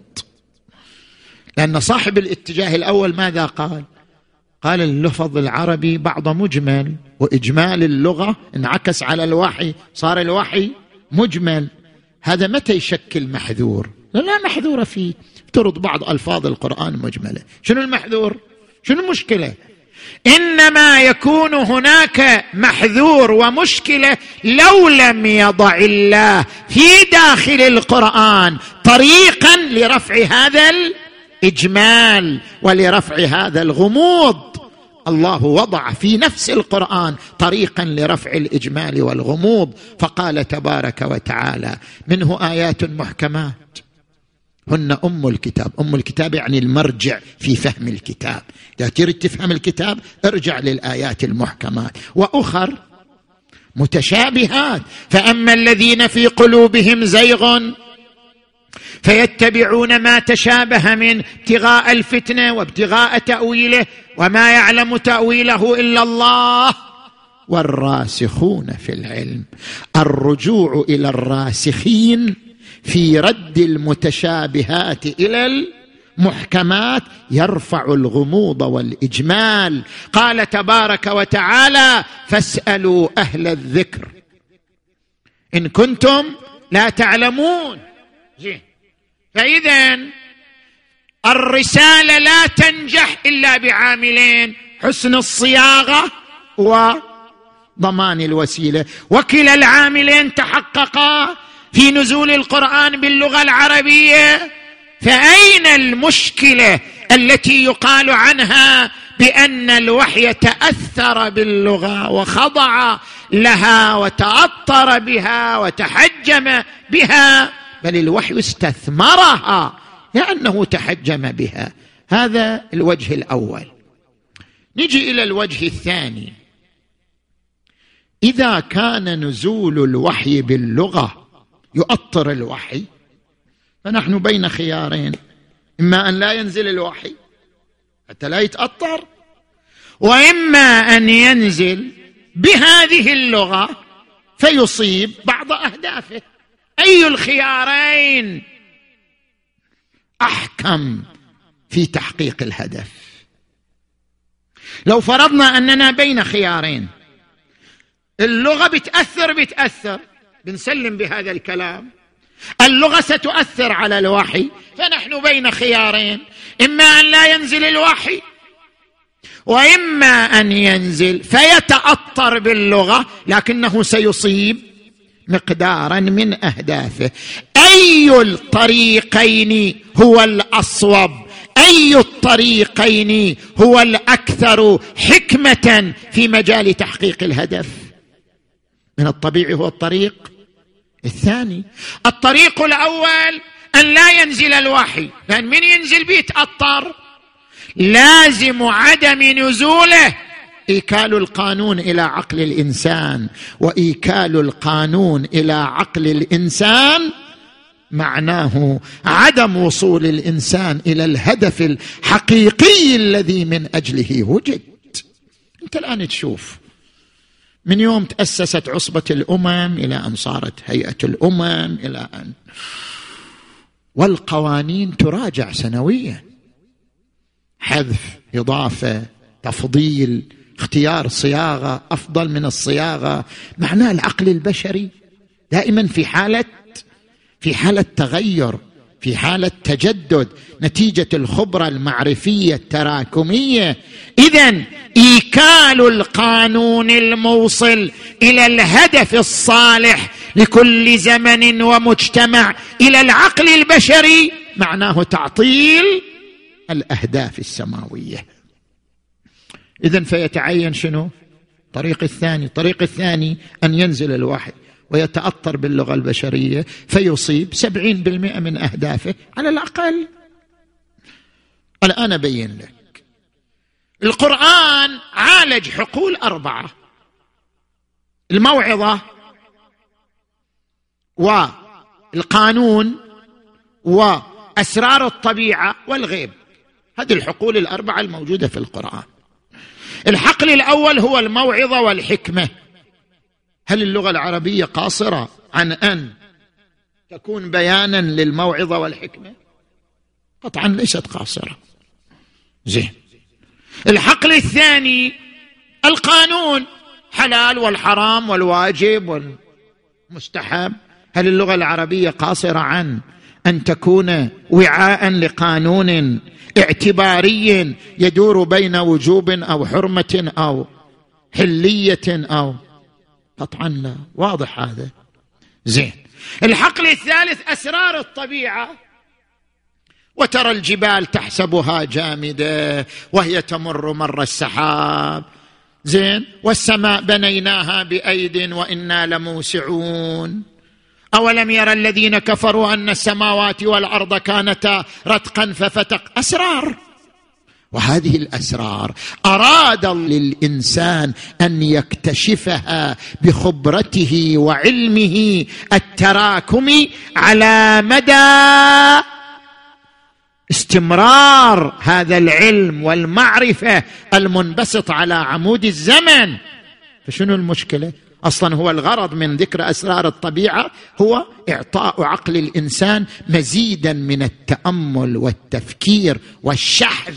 لأن صاحب الاتجاه الأول ماذا قال؟ قال: اللفظ العربي بعض مجمل، وإجمال اللغة انعكس على الوحي، صار الوحي مجمل. هذا متى يشكل محذور؟ لا محذور فيه، ترد بعض ألفاظ القرآن مجملة. شنو المحذور؟ شنو المشكلة؟ إنما يكون هناك محذور ومشكلة لو لم يضع الله في داخل القرآن طريقا لرفع هذا الإجمال ولرفع هذا الغموض. الله وضع في نفس القرآن طريقا لرفع الإجمال والغموض، فقال تبارك وتعالى: منه آيات محكمات هن أم الكتاب. أم الكتاب يعني المرجع في فهم الكتاب. إذا تريد تفهم الكتاب ارجع للآيات المحكمات. وأخر متشابهات، فأما الذين في قلوبهم زيغ فيتبعون ما تشابه من ابتغاء الفتنة وابتغاء تأويله وما يعلم تأويله إلا الله والراسخون في العلم. الرجوع إلى الراسخين في رد المتشابهات إلى المحكمات يرفع الغموض والإجمال. قال تبارك وتعالى: فاسألوا أهل الذكر إن كنتم لا تعلمون. فإذن الرسالة لا تنجح إلا بعاملين: حسن الصياغة وضمان الوسيلة. وكلا العاملين تحققا في نزول القرآن باللغة العربية. فأين المشكلة التي يقال عنها بأن الوحي تأثر باللغة وخضع لها وتأطر بها وتحجم بها؟ بل الوحي استثمرها لأنه تحجم بها. هذا الوجه الأول. نجي إلى الوجه الثاني. إذا كان نزول الوحي باللغة يؤطر الوحي، فنحن بين خيارين: إما أن لا ينزل الوحي حتى لا يتأطر، وإما أن ينزل بهذه اللغة فيصيب بعض أهدافه. أي الخيارين أحكم في تحقيق الهدف؟ لو فرضنا أننا بين خيارين، اللغة بتأثر، بنسلم بهذا الكلام، اللغة ستؤثر على الوحي، فنحن بين خيارين: إما أن لا ينزل الوحي، وإما أن ينزل فيتأطر باللغة لكنه سيصيب مقدارا من أهدافه. أي الطريقين هو الأصوب؟ أي الطريقين هو الأكثر حكمة في مجال تحقيق الهدف؟ من الطبيعي هو الطريق الثاني. الطريق الأول أن لا ينزل الوحي، لأن من ينزل بيتأطر. لازم عدم نزوله إيكال القانون إلى عقل الإنسان، وإيكال القانون إلى عقل الإنسان معناه عدم وصول الإنسان إلى الهدف الحقيقي الذي من أجله وجد. أنت الآن تشوف من يوم تأسست عصبة الأمم إلى أن صارت هيئة الأمم، إلى أن والقوانين تراجع سنويا، حذف، إضافة، تفضيل، اختيار صياغة أفضل من الصياغة. معناه العقل البشري دائما في حالة تغير، في حالة تجدد نتيجة الخبرة المعرفية التراكمية. إذن إيكال القانون الموصل إلى الهدف الصالح لكل زمن ومجتمع إلى العقل البشري معناه تعطيل الأهداف السماوية. إذن فيتعين شنو؟ الطريق الثاني أن ينزل الوحي ويتأطر باللغة البشرية فيصيب 70% من أهدافه على الأقل. الآن أبين لك. القرآن عالج حقول 4: الموعظة والقانون وأسرار الطبيعة والغيب. هذه الحقول 4 الموجودة في القرآن. الحقل الأول هو الموعظة والحكمة. هل اللغة العربية قاصرة عن أن تكون بيانا للموعظة والحكمة؟ قطعا ليست قاصرة. زين. الحقل الثاني القانون، حلال والحرام والواجب والمستحب. هل اللغة العربية قاصرة عن أن تكون وعاء لقانون اعتباري يدور بين وجوب أو حرمة أو حلية أو؟ قطعا لا. واضح هذا. زين. الحقل الثالث أسرار الطبيعة. وترى الجبال تحسبها جامدة وهي تمر مر السحاب. زين. والسماء بنيناها بأيد وإنا لموسعون. أولم يرى الذين كفروا أن السماوات والأرض كانتا رتقا ففتق. أسرار. وهذه الأسرار أراد للإنسان أن يكتشفها بخبرته وعلمه التراكمي على مدى استمرار هذا العلم والمعرفة المنبسط على عمود الزمن. فشنو المشكلة؟ أصلا هو الغرض من ذكر أسرار الطبيعة هو إعطاء عقل الإنسان مزيدا من التأمل والتفكير والشحذ.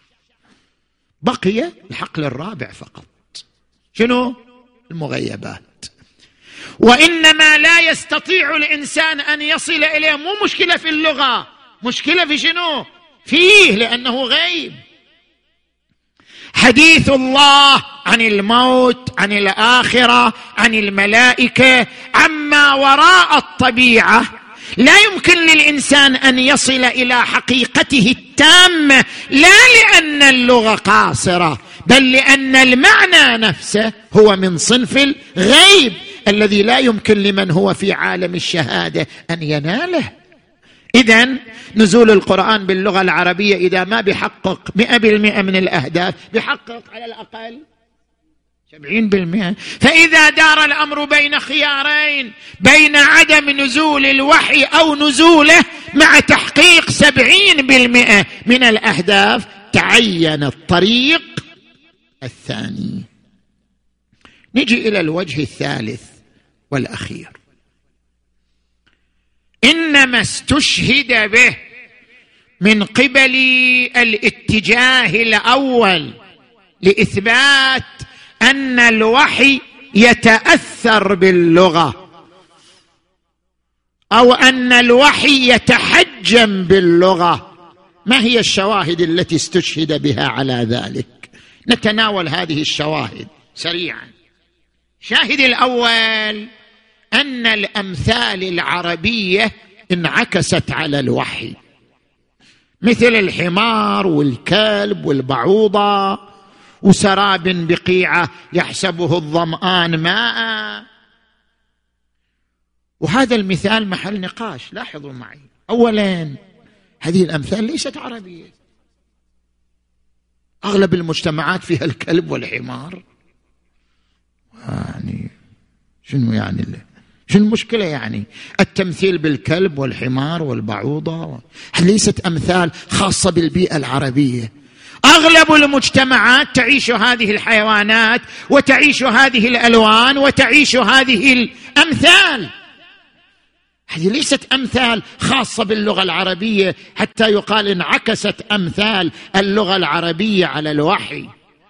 بقي الحقل الرابع فقط. شنو؟ المغيبات. وإنما لا يستطيع الإنسان أن يصل إليه. مو مشكلة في اللغة، مشكلة في شنو؟ فيه، لأنه غيب. حديث الله عن الموت، عن الآخرة، عن الملائكة، عما وراء الطبيعة لا يمكن للإنسان أن يصل إلى حقيقته التامة، لا لأن اللغة قاصرة، بل لأن المعنى نفسه هو من صنف الغيب الذي لا يمكن لمن هو في عالم الشهادة أن يناله. إذن نزول القرآن باللغة العربية إذا ما بيحقق 100% من الأهداف، بيحقق على الأقل 70%. فإذا دار الأمر بين خيارين، بين عدم نزول الوحي أو نزوله مع تحقيق 70% من الأهداف، تعين الطريق الثاني. نجي إلى الوجه الثالث والأخير. إنما استشهد به من قبل الاتجاه الأول لإثبات أن الوحي يتأثر باللغة، أو أن الوحي يتحجم باللغة. ما هي الشواهد التي استشهد بها على ذلك؟ نتناول هذه الشواهد سريعا. الشاهد الأول أن الأمثال العربية انعكست على الوحي، مثل الحمار والكلب والبعوضة وسراب بقيعة يحسبه الظمآن ماء. وهذا المثال محل نقاش. لاحظوا معي، أولا هذه الأمثال ليست عربية، أغلب المجتمعات فيها الكلب والحمار. يعني شنو يعني شنو المشكلة؟ يعني التمثيل بالكلب والحمار والبعوضة ليست أمثال خاصة بالبيئة العربية. أغلب المجتمعات تعيش هذه الحيوانات وتعيش هذه الألوان وتعيش هذه الأمثال. هذه ليست أمثال خاصة باللغة العربية حتى يقال انعكست أمثال اللغة العربية على الوحي.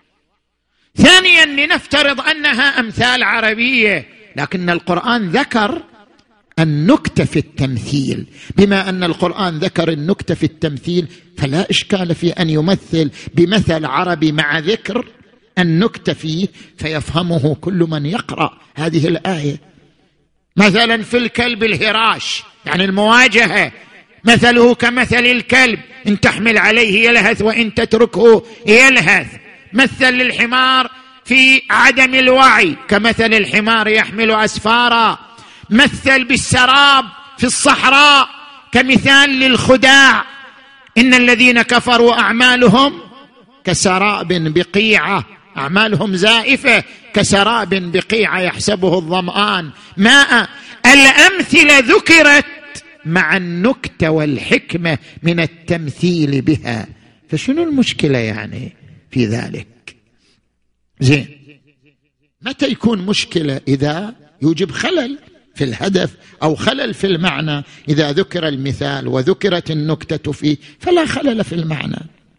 ثانيا، لنفترض أنها أمثال عربية، لكن القرآن ذكر النكتة في التمثيل. بما أن القرآن ذكر النكتة في التمثيل فلا إشكال في أن يمثل بمثل عربي مع ذكر النكتة فيه، فيفهمه كل من يقرأ هذه الآية. مثلا في الكلب الهراش، يعني المواجهة، مثله كمثل الكلب إن تحمل عليه يلهث وإن تتركه يلهث. مثل للحمار في عدم الوعي كمثل الحمار يحمل أسفارا. مثل بالسراب في الصحراء كمثال للخداع، إن الذين كفروا أعمالهم كسراب بقيعة، أعمالهم زائفة كسراب بقيعة يحسبه الظمآن ماء. الأمثلة ذكرت مع النكتة والحكمة من التمثيل بها، فشنو المشكلة يعني في ذلك؟ زين، متى يكون مشكلة؟ إذا يوجب خلل في الهدف أو خلل في المعنى. إذا ذكر المثال وذكرت النكتة فيه فلا خلل في المعنى.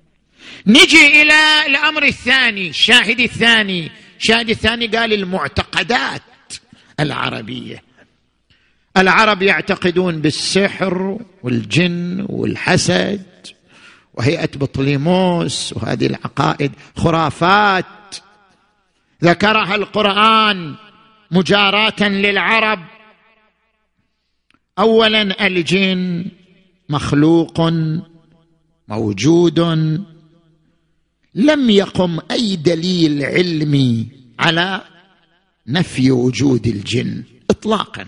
نجي إلى الأمر الثاني، الشاهد الثاني. الشاهد الثاني قال المعتقدات العربية. العرب يعتقدون بالسحر والجن والحسد وهيئة بطليموس، وهذه العقائد خرافات ذكرها القرآن مجاراة للعرب. أولا، الجن مخلوق موجود، لم يقم أي دليل علمي على نفي وجود الجن إطلاقا.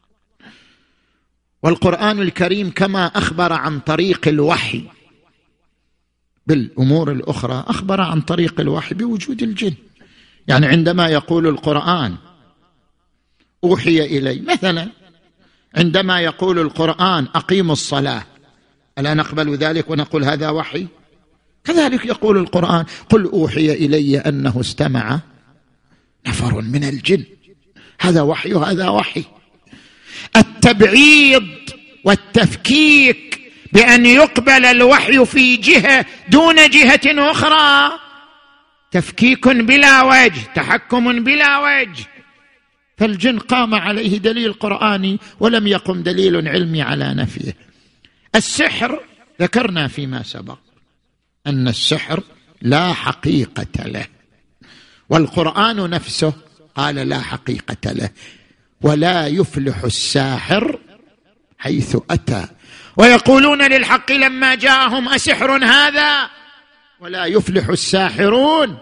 والقرآن الكريم كما أخبر عن طريق الوحي بالأمور الأخرى أخبر عن طريق الوحي بوجود الجن. يعني عندما يقول القرآن أوحي إلي، مثلا عندما يقول القرآن أقيموا الصلاة، ألا نقبل ذلك ونقول هذا وحي؟ كذلك يقول القرآن قل أوحي إلي أنه استمع نفر من الجن، هذا وحي وهذا وحي. التبعيض والتفكيك بأن يقبل الوحي في جهة دون جهة أخرى تفكيك بلا وجه، تحكم بلا وجه. فالجن قام عليه دليل قرآني ولم يقم دليل علمي على نفيه. السحر ذكرنا فيما سبق أن السحر لا حقيقة له، والقرآن نفسه قال لا حقيقة له، ولا يفلح الساحر حيث أتى. ويقولون للحق لما جاءهم أسحر هذا، ولا يفلح الساحرون.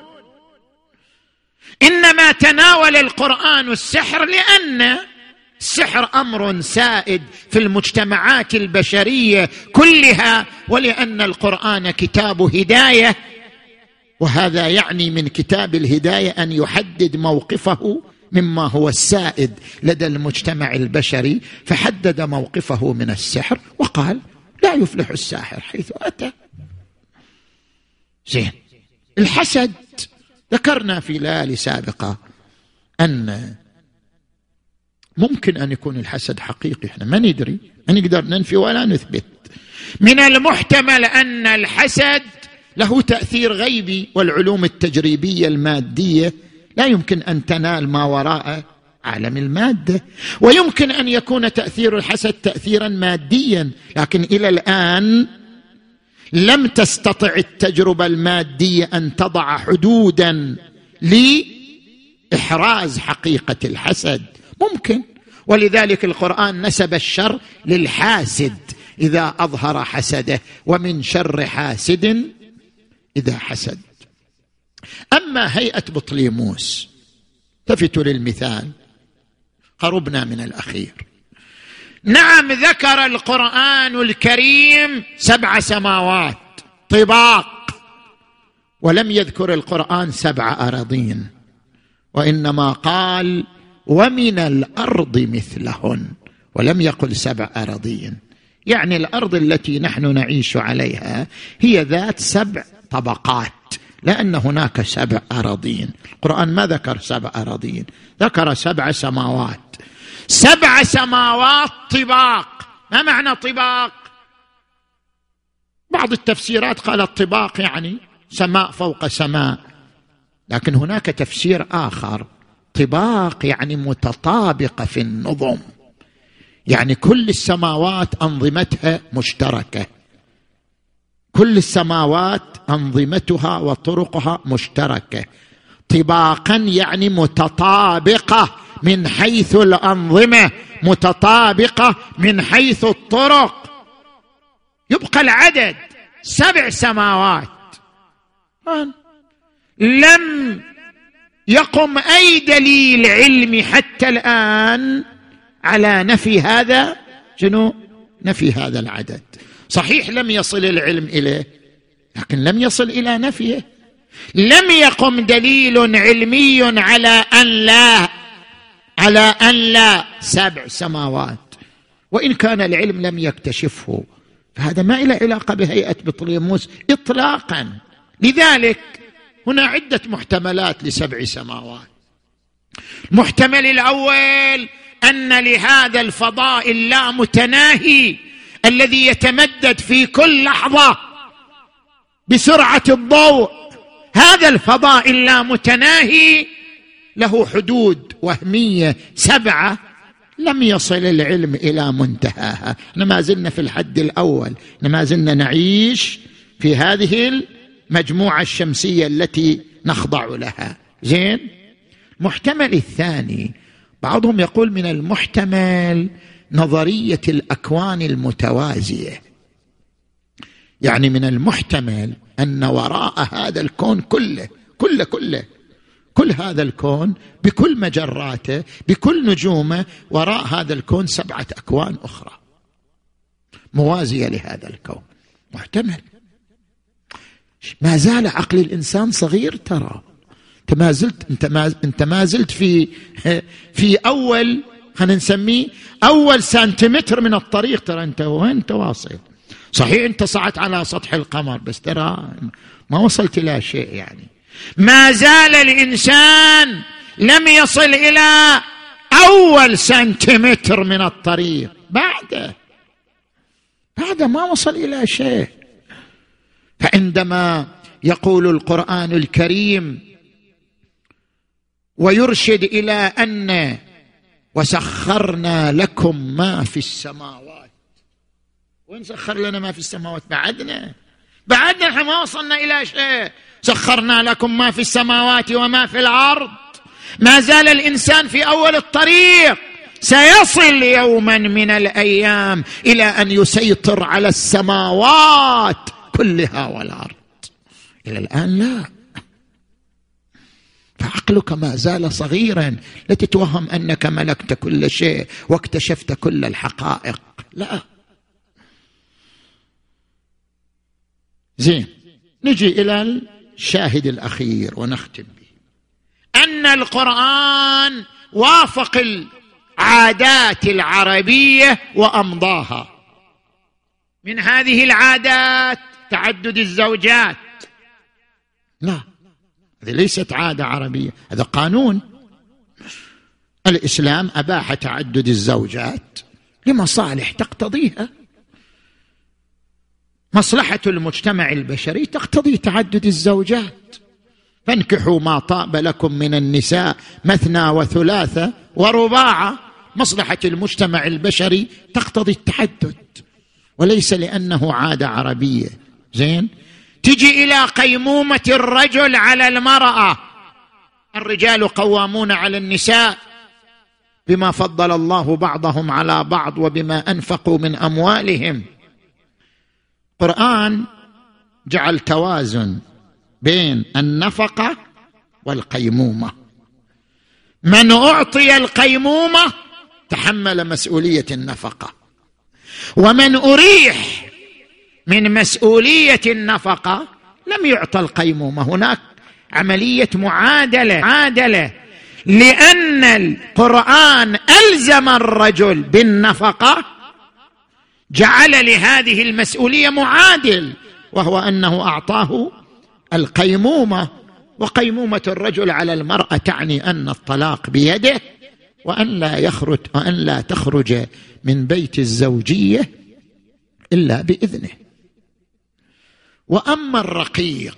إنما تناول القرآن السحر لأن السحر أمر سائد في المجتمعات البشرية كلها، ولأن القرآن كتاب هداية وهذا يعني من كتاب الهداية أن يحدد موقفه مما هو السائد لدى المجتمع البشري، فحدد موقفه من السحر وقال لا يفلح الساحر حيث أتى. زين. الحسد ذكرنا في ليالي سابقة أن ممكن أن يكون الحسد حقيقي، احنا ما ندري، ما نقدر ننفي ولا نثبت. من المحتمل أن الحسد له تأثير غيبي، والعلوم التجريبية المادية لا يمكن أن تنال ما وراء عالم المادة، ويمكن أن يكون تأثير الحسد تأثيرا ماديا، لكن إلى الآن لم تستطع التجربة المادية أن تضع حدودا لإحراز حقيقة الحسد. ممكن، ولذلك القرآن نسب الشر للحاسد إذا أظهر حسده، ومن شر حاسد إذا حسد. أما هيئة بطليموس، التفتوا للمثال، قربنا من الأخير. نعم، ذكر القرآن الكريم 7 سماوات طباق، ولم يذكر القرآن 7 أراضين، وإنما قال ومن الأرض مثلهن، ولم يقل 7 أراضين. يعني الأرض التي نحن نعيش عليها هي ذات 7 طبقات، لأن هناك 7 أراضين. القرآن ما ذكر 7 أراضين، ذكر 7 سماوات. 7 سماوات طباق. ما معنى طباق؟ بعض التفسيرات قالت طباق يعني سماء فوق سماء، لكن هناك تفسير آخر، طباق يعني متطابقة في النظم، يعني كل السماوات أنظمتها مشتركة، كل السماوات أنظمتها وطرقها مشتركة. طباقا يعني متطابقة من حيث الأنظمة، متطابقة من حيث الطرق. يبقى العدد 7 سماوات. لم يقم أي دليل علمي حتى الآن على نفي هذا، نفي هذا العدد. صحيح لم يصل العلم إليه، لكن لم يصل إلى نفيه. لم يقم دليل علمي على أن لا 7 سماوات، وإن كان العلم لم يكتشفه، فهذا ما له علاقة بهيئة بطليموس إطلاقا. لذلك هنا عدة محتملات ل7 سماوات. المحتمل الأول أن لهذا الفضاء اللامتناهي الذي يتمدد في كل لحظة بسرعة الضوء، هذا الفضاء اللامتناهي له حدود وهمية 7 لم يصل العلم إلى منتهاها. ما زلنا في الحد الأول، ما زلنا نعيش في هذه المجموعة الشمسية التي نخضع لها. زين. محتمل الثاني، بعضهم يقول من المحتمل نظرية الأكوان المتوازية، يعني من المحتمل أن وراء هذا الكون كل هذا الكون بكل مجراته بكل نجومه، وراء هذا الكون 7 أكوان أخرى موازية لهذا الكون. محتمل. ما زال عقل الإنسان صغير، ترى انت ما زلت في أول، خلينا نسميه أول سنتيمتر من الطريق، ترى انت وين واصل. صحيح انت صعدت على سطح القمر، بس ترى ما وصلت إلى شيء. يعني ما زال الإنسان لم يصل إلى أول سنتيمتر من الطريق، بعد ما وصل إلى شيء. فعندما يقول القرآن الكريم ويرشد إلى أن وسخرنا لكم ما في السماوات، وين سخر لنا ما في السماوات؟ بعدنا احنا ما وصلنا إلى شيء. سخرنا لكم ما في السماوات وما في الأرض. ما زال الإنسان في أول الطريق، سيصل يوما من الأيام إلى أن يسيطر على السماوات كلها والأرض. إلى الآن لا. فعقلك ما زال صغيرا، لا تتوهم أنك ملكت كل شيء واكتشفت كل الحقائق، لا. زين، نجي إلى الشاهد الأخير ونختم به، أن القرآن وافق العادات العربية وأمضاها. من هذه العادات تعدد الزوجات. لا، هذه ليست عادة عربية، هذا قانون. الإسلام أباح تعدد الزوجات لمصالح تقتضيها. مصلحة المجتمع البشري تقتضي تعدد الزوجات. فانكحوا ما طاب لكم من النساء مثنى وثلاثة ورباعة. مصلحة المجتمع البشري تقتضي التعدد، وليس لأنه عادة عربية. زين، تجي إلى قيمومة الرجل على المرأة. الرجال قوامون على النساء بما فضل الله بعضهم على بعض وبما أنفقوا من أموالهم. القرآن جعل توازن بين النفقة والقيمومة. من أعطي القيمومة تحمل مسؤولية النفقة، ومن أريح من مسؤولية النفقة لم يعطى القيمومة. هناك عملية معادلة، لأن القرآن ألزم الرجل بالنفقة، جعل لهذه المسؤولية معادل، وهو أنه أعطاه القيمومة. وقيمومة الرجل على المرأة تعني أن الطلاق بيده، وأن لا تخرج من بيت الزوجية إلا بإذنه. وأما الرقيق،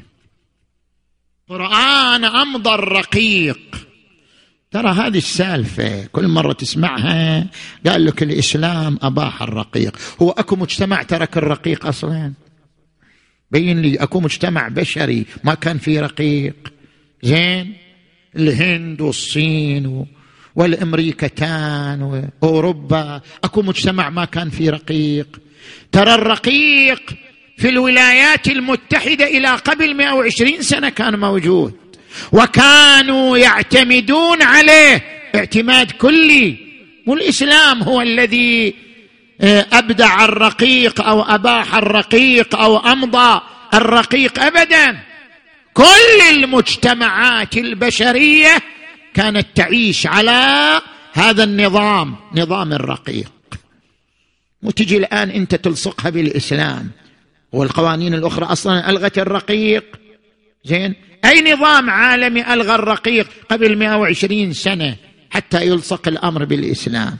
القرآن أمضى الرقيق. ترى هذه السالفة كل مرة تسمعها، قال لك الإسلام أباح الرقيق. هو أكو مجتمع ترك الرقيق أصلا؟ بين لي أكو مجتمع بشري ما كان فيه رقيق؟ زين، الهند والصين والأمريكتان وأوروبا، أكو مجتمع ما كان فيه رقيق؟ ترى الرقيق في الولايات المتحدة إلى قبل 120 سنة كان موجود، وكانوا يعتمدون عليه اعتماد كلي. والإسلام هو الذي أبدع الرقيق أو أباح الرقيق أو أمضى الرقيق، أبدا. كل المجتمعات البشرية كانت تعيش على هذا النظام، نظام الرقيق. وتجي الآن أنت تلصقها بالإسلام، والقوانين الأخرى أصلا ألغت الرقيق. زين، أي نظام عالمي ألغى الرقيق قبل 120 سنة حتى يلصق الأمر بالإسلام؟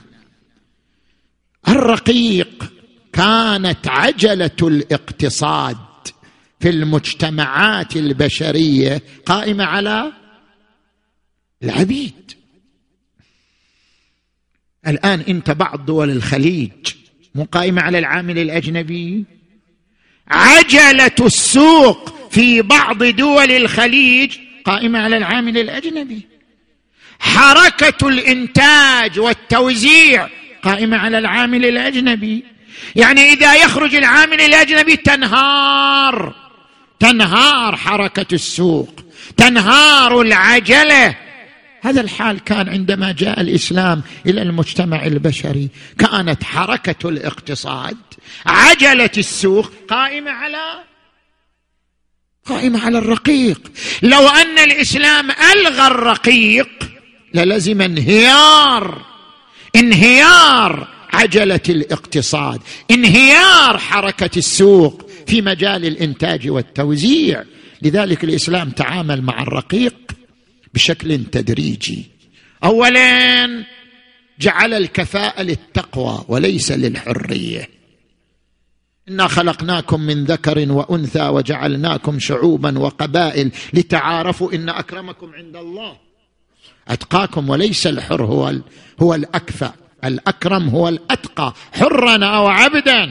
الرقيق كانت عجلة الاقتصاد في المجتمعات البشرية قائمة على العبيد. الآن أنت بعض دول الخليج مو قائمة على العامل الأجنبي؟ عجلة السوق في بعض دول الخليج قائمة على العامل الأجنبي. حركة الإنتاج والتوزيع قائمة على العامل الأجنبي. يعني إذا يخرج العامل الأجنبي تنهار حركة السوق، تنهار العجلة. هذا الحال كان عندما جاء الإسلام إلى المجتمع البشري. كانت حركة الاقتصاد، عجلة السوق قائمة على الرقيق. لو أن الإسلام ألغى الرقيق للزم انهيار عجلة الاقتصاد، انهيار حركة السوق في مجال الإنتاج والتوزيع. لذلك الإسلام تعامل مع الرقيق بشكل تدريجي. أولا جعل الكفاءة للتقوى وليس للحرية. إنا خلقناكم من ذكر وأنثى وجعلناكم شعوبا وقبائل لتعارفوا إن أكرمكم عند الله أتقاكم. وليس الحر هو الأكفأ، الأكرم هو الأتقى، حرا أو عبدا.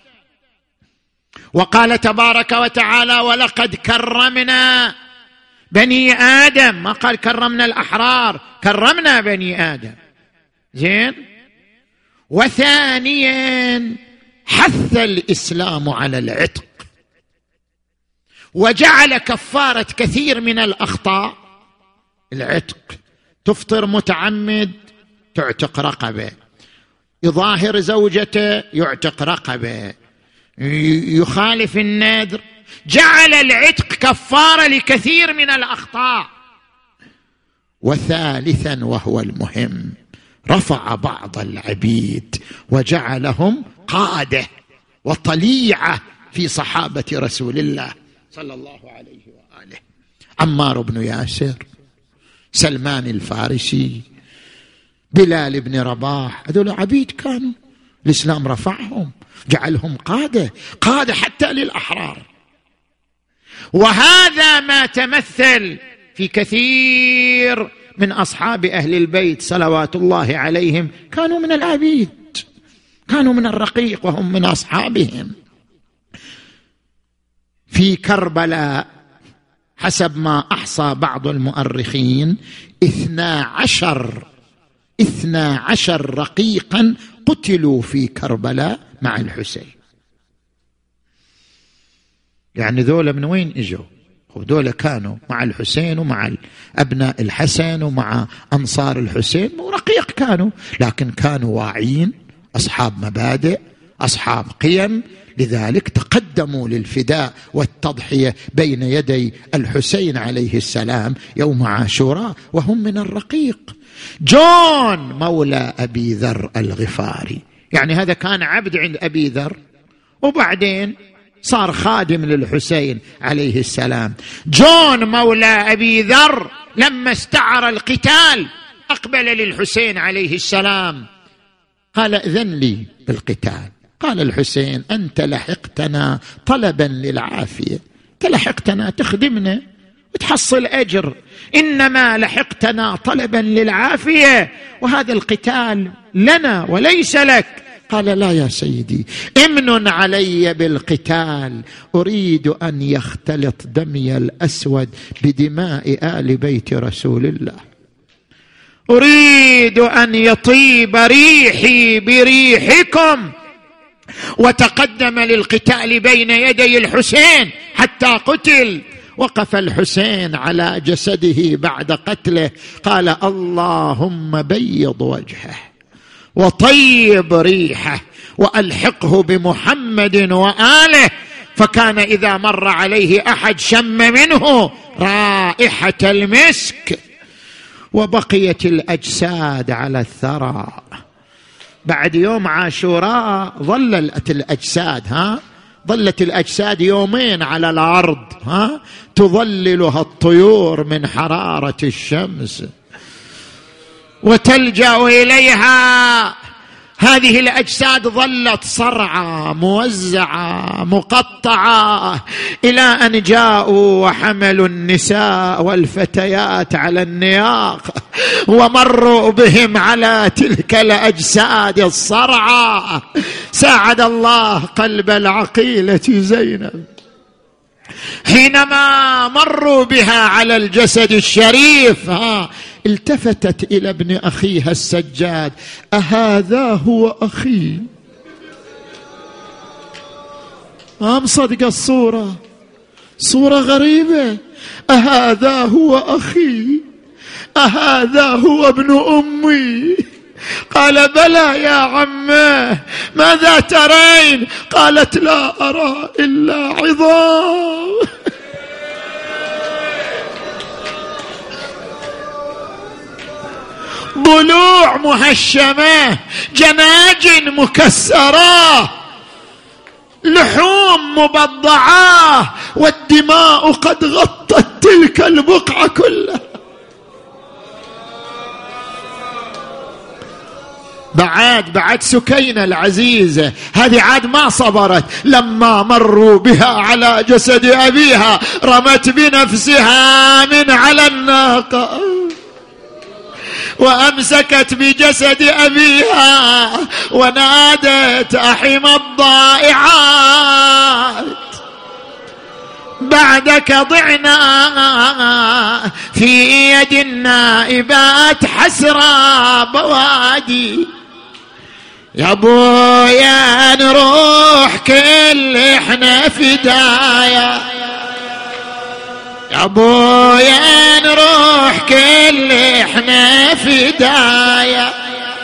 وقال تبارك وتعالى ولقد كرمنا بني آدم، ما قال كرمنا الأحرار، كرمنا بني آدم. زين. وثانيا حث الإسلام على العتق، وجعل كفارة كثير من الأخطاء العتق. تفطر متعمد تعتق رقبة، يظاهر زوجته يعتق رقبة، يخالف النذر. جعل العتق كفارة لكثير من الأخطاء. وثالثا وهو المهم، رفع بعض العبيد وجعلهم قادة وطليعة في صحابة رسول الله صلى الله عليه وآله. عمار بن ياسر، سلمان الفارسي، بلال بن رباح، هذول عبيد كانوا، الإسلام رفعهم جعلهم قادة حتى للأحرار. وهذا ما تمثل في كثير من أصحاب أهل البيت صلوات الله عليهم، كانوا من العبيد، كانوا من الرقيق وهم من أصحابهم. في كربلاء حسب ما أحصى بعض المؤرخين 12 رقيقا قتلوا في كربلاء مع الحسين. يعني ذولا من وين اجوا؟ ذولا كانوا مع الحسين ومع أبناء الحسن ومع أنصار الحسين، رقيق كانوا، لكن كانوا واعين، أصحاب مبادئ، أصحاب قيم، لذلك تقدموا للفداء والتضحية بين يدي الحسين عليه السلام يوم عاشوراء وهم من الرقيق. جون مولى أبي ذر الغفاري، يعني هذا كان عبد عند أبي ذر وبعدين صار خادم للحسين عليه السلام. جون مولى أبي ذر لما استعر القتال أقبل للحسين عليه السلام، قال إذن لي بالقتال. قال الحسين أنت لحقتنا طلبا للعافية، تلحقتنا تخدمنا وتحصل أجر، إنما لحقتنا طلبا للعافية، وهذا القتال لنا وليس لك. قال لا يا سيدي، امن علي بالقتال، أريد أن يختلط دمي الأسود بدماء آل بيت رسول الله، أريد أن يطيب ريحي بريحكم. وتقدم للقتال بين يدي الحسين حتى قتل. وقف الحسين على جسده بعد قتله، قال اللهم بيض وجهه وطيب ريحه وألحقه بمحمد وآله. فكان إذا مر عليه أحد شم منه رائحة المسك. وبقيت الأجساد على الثرى. بعد يوم عاشوراء ظلت الأجساد يومين على الأرض، تظللها الطيور من حرارة الشمس وتلجأ إليها. هذه الأجساد ظلت صرعى موزعة مقطعة، إلى أن جاءوا وحملوا النساء والفتيات على النياق ومروا بهم على تلك الأجساد الصرعى. ساعد الله قلب العقيلة زينب حينما مروا بها على الجسد الشريف، التفتت إلى ابن أخيها السجاد، أهذا هو أخي؟ ما مصدق الصورة، صورة غريبة. أهذا هو أخي؟ أهذا هو ابن أمي؟ قال بلى يا عماه، ماذا ترين؟ قالت لا أرى إلا عظام. ضلوع مهشمة، جناجن مكسرة، لحوم مبضعة، والدماء قد غطت تلك البقعة كلها. بعد سكينة العزيزة هذه عاد ما صبرت، لما مروا بها على جسد أبيها رمت بنفسها من على الناقة وأمسكت بجسد أبيها ونادت أحم الضائعات بعدك ضعنا في يد النائبات حسرى بوادي. يا ابويا نروح كل احنا فدايا، يا ابويا نروح كل احنا فدايا،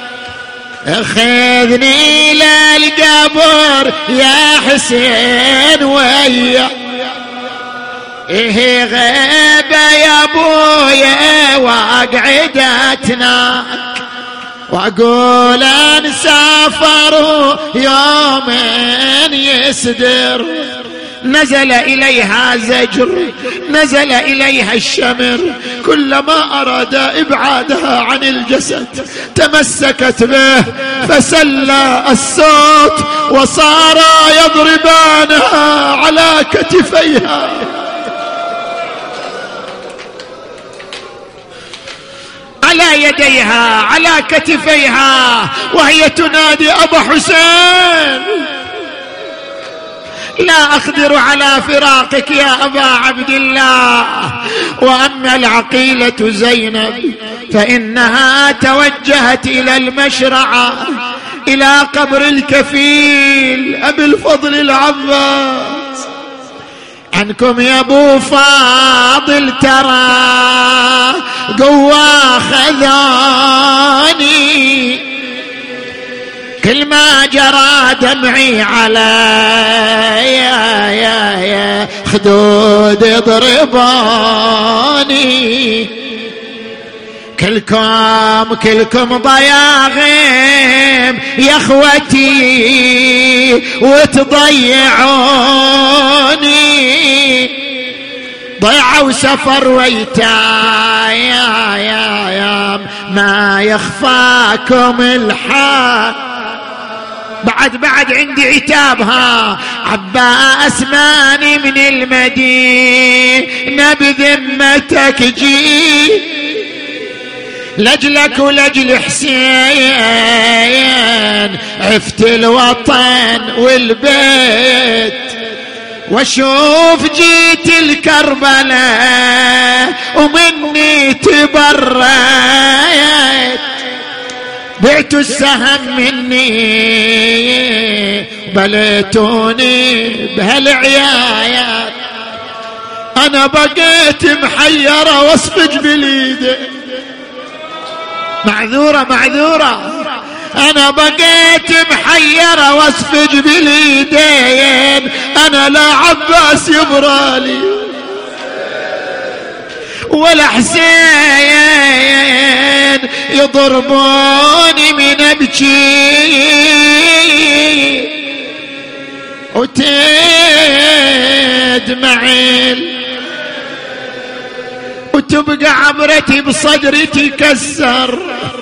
اخذني للقبر يا حسين ويا إيه غيبة يا أبويا وأقعدتنا وأقول أن سافروا يومين يسدر. نزل إليها زجر، نزل إليها الشمر، كلما أراد إبعادها عن الجسد تمسكت به فسلى الصوت وصارا يضربانها على كتفيها. على يديها على كتفيها وهي تنادي أبا حسين لا أقدر على فراقك يا أبا عبد الله. وأما العقيلة زينب فإنها توجهت إلى المشرعة إلى قبر الكفيل أبي الفضل العباس. عنكم يا أبو فاضل ترى قوة خذاني، كل ما جرى دمعي على يا خدود ضرباني. كلكم ضياغم يا اخوتي وتضيعوني. ضيعوا سفر ويتايام ما يخفاكم الحال. بعد عندي عتابها عباس ماني من المدينة بذمتك جي لجلك ولجل حسين عفت الوطن والبيت. واشوف جيت الكربلاء ومني تبريت. بعت السهم مني بليتوني بهالعيايات. انا بقيت محيرة واصفج باليدي. معذورة انا بقيت محيرة واصفج باليدين. انا لا عباس يبرالي ولا حسين يضربوني من ابكي وتدمع وتبقى عبرتي بصدري تكسر.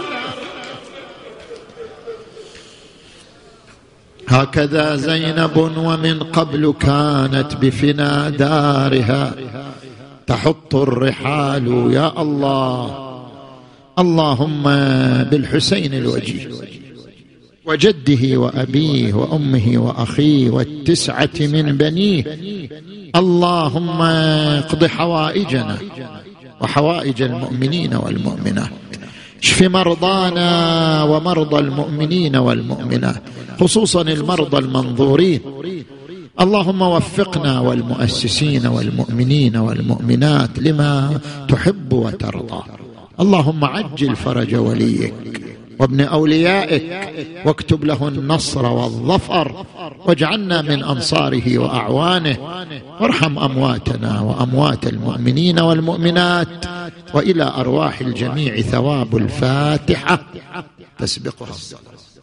هكذا زينب ومن قبل كانت بفنا دارها تحط الرحال. يا الله اللهم بالحسين الوجيه وجده وأبيه وأمه وأخيه والتسعة من بنيه اللهم اقض حوائجنا وحوائج المؤمنين والمؤمنات. اشف مرضانا ومرضى المؤمنين والمؤمنات خصوصا المرضى المنظورين. اللهم وفقنا والمؤسسين والمؤمنين والمؤمنات لما تحب وترضى. اللهم عجل فرج وليك وابن أوليائك واكتب له النصر والظفر واجعلنا من أنصاره وأعوانه. وارحم أمواتنا وأموات المؤمنين والمؤمنات. وإلى أرواح الجميع ثواب الفاتحة تسبقها الصلاة.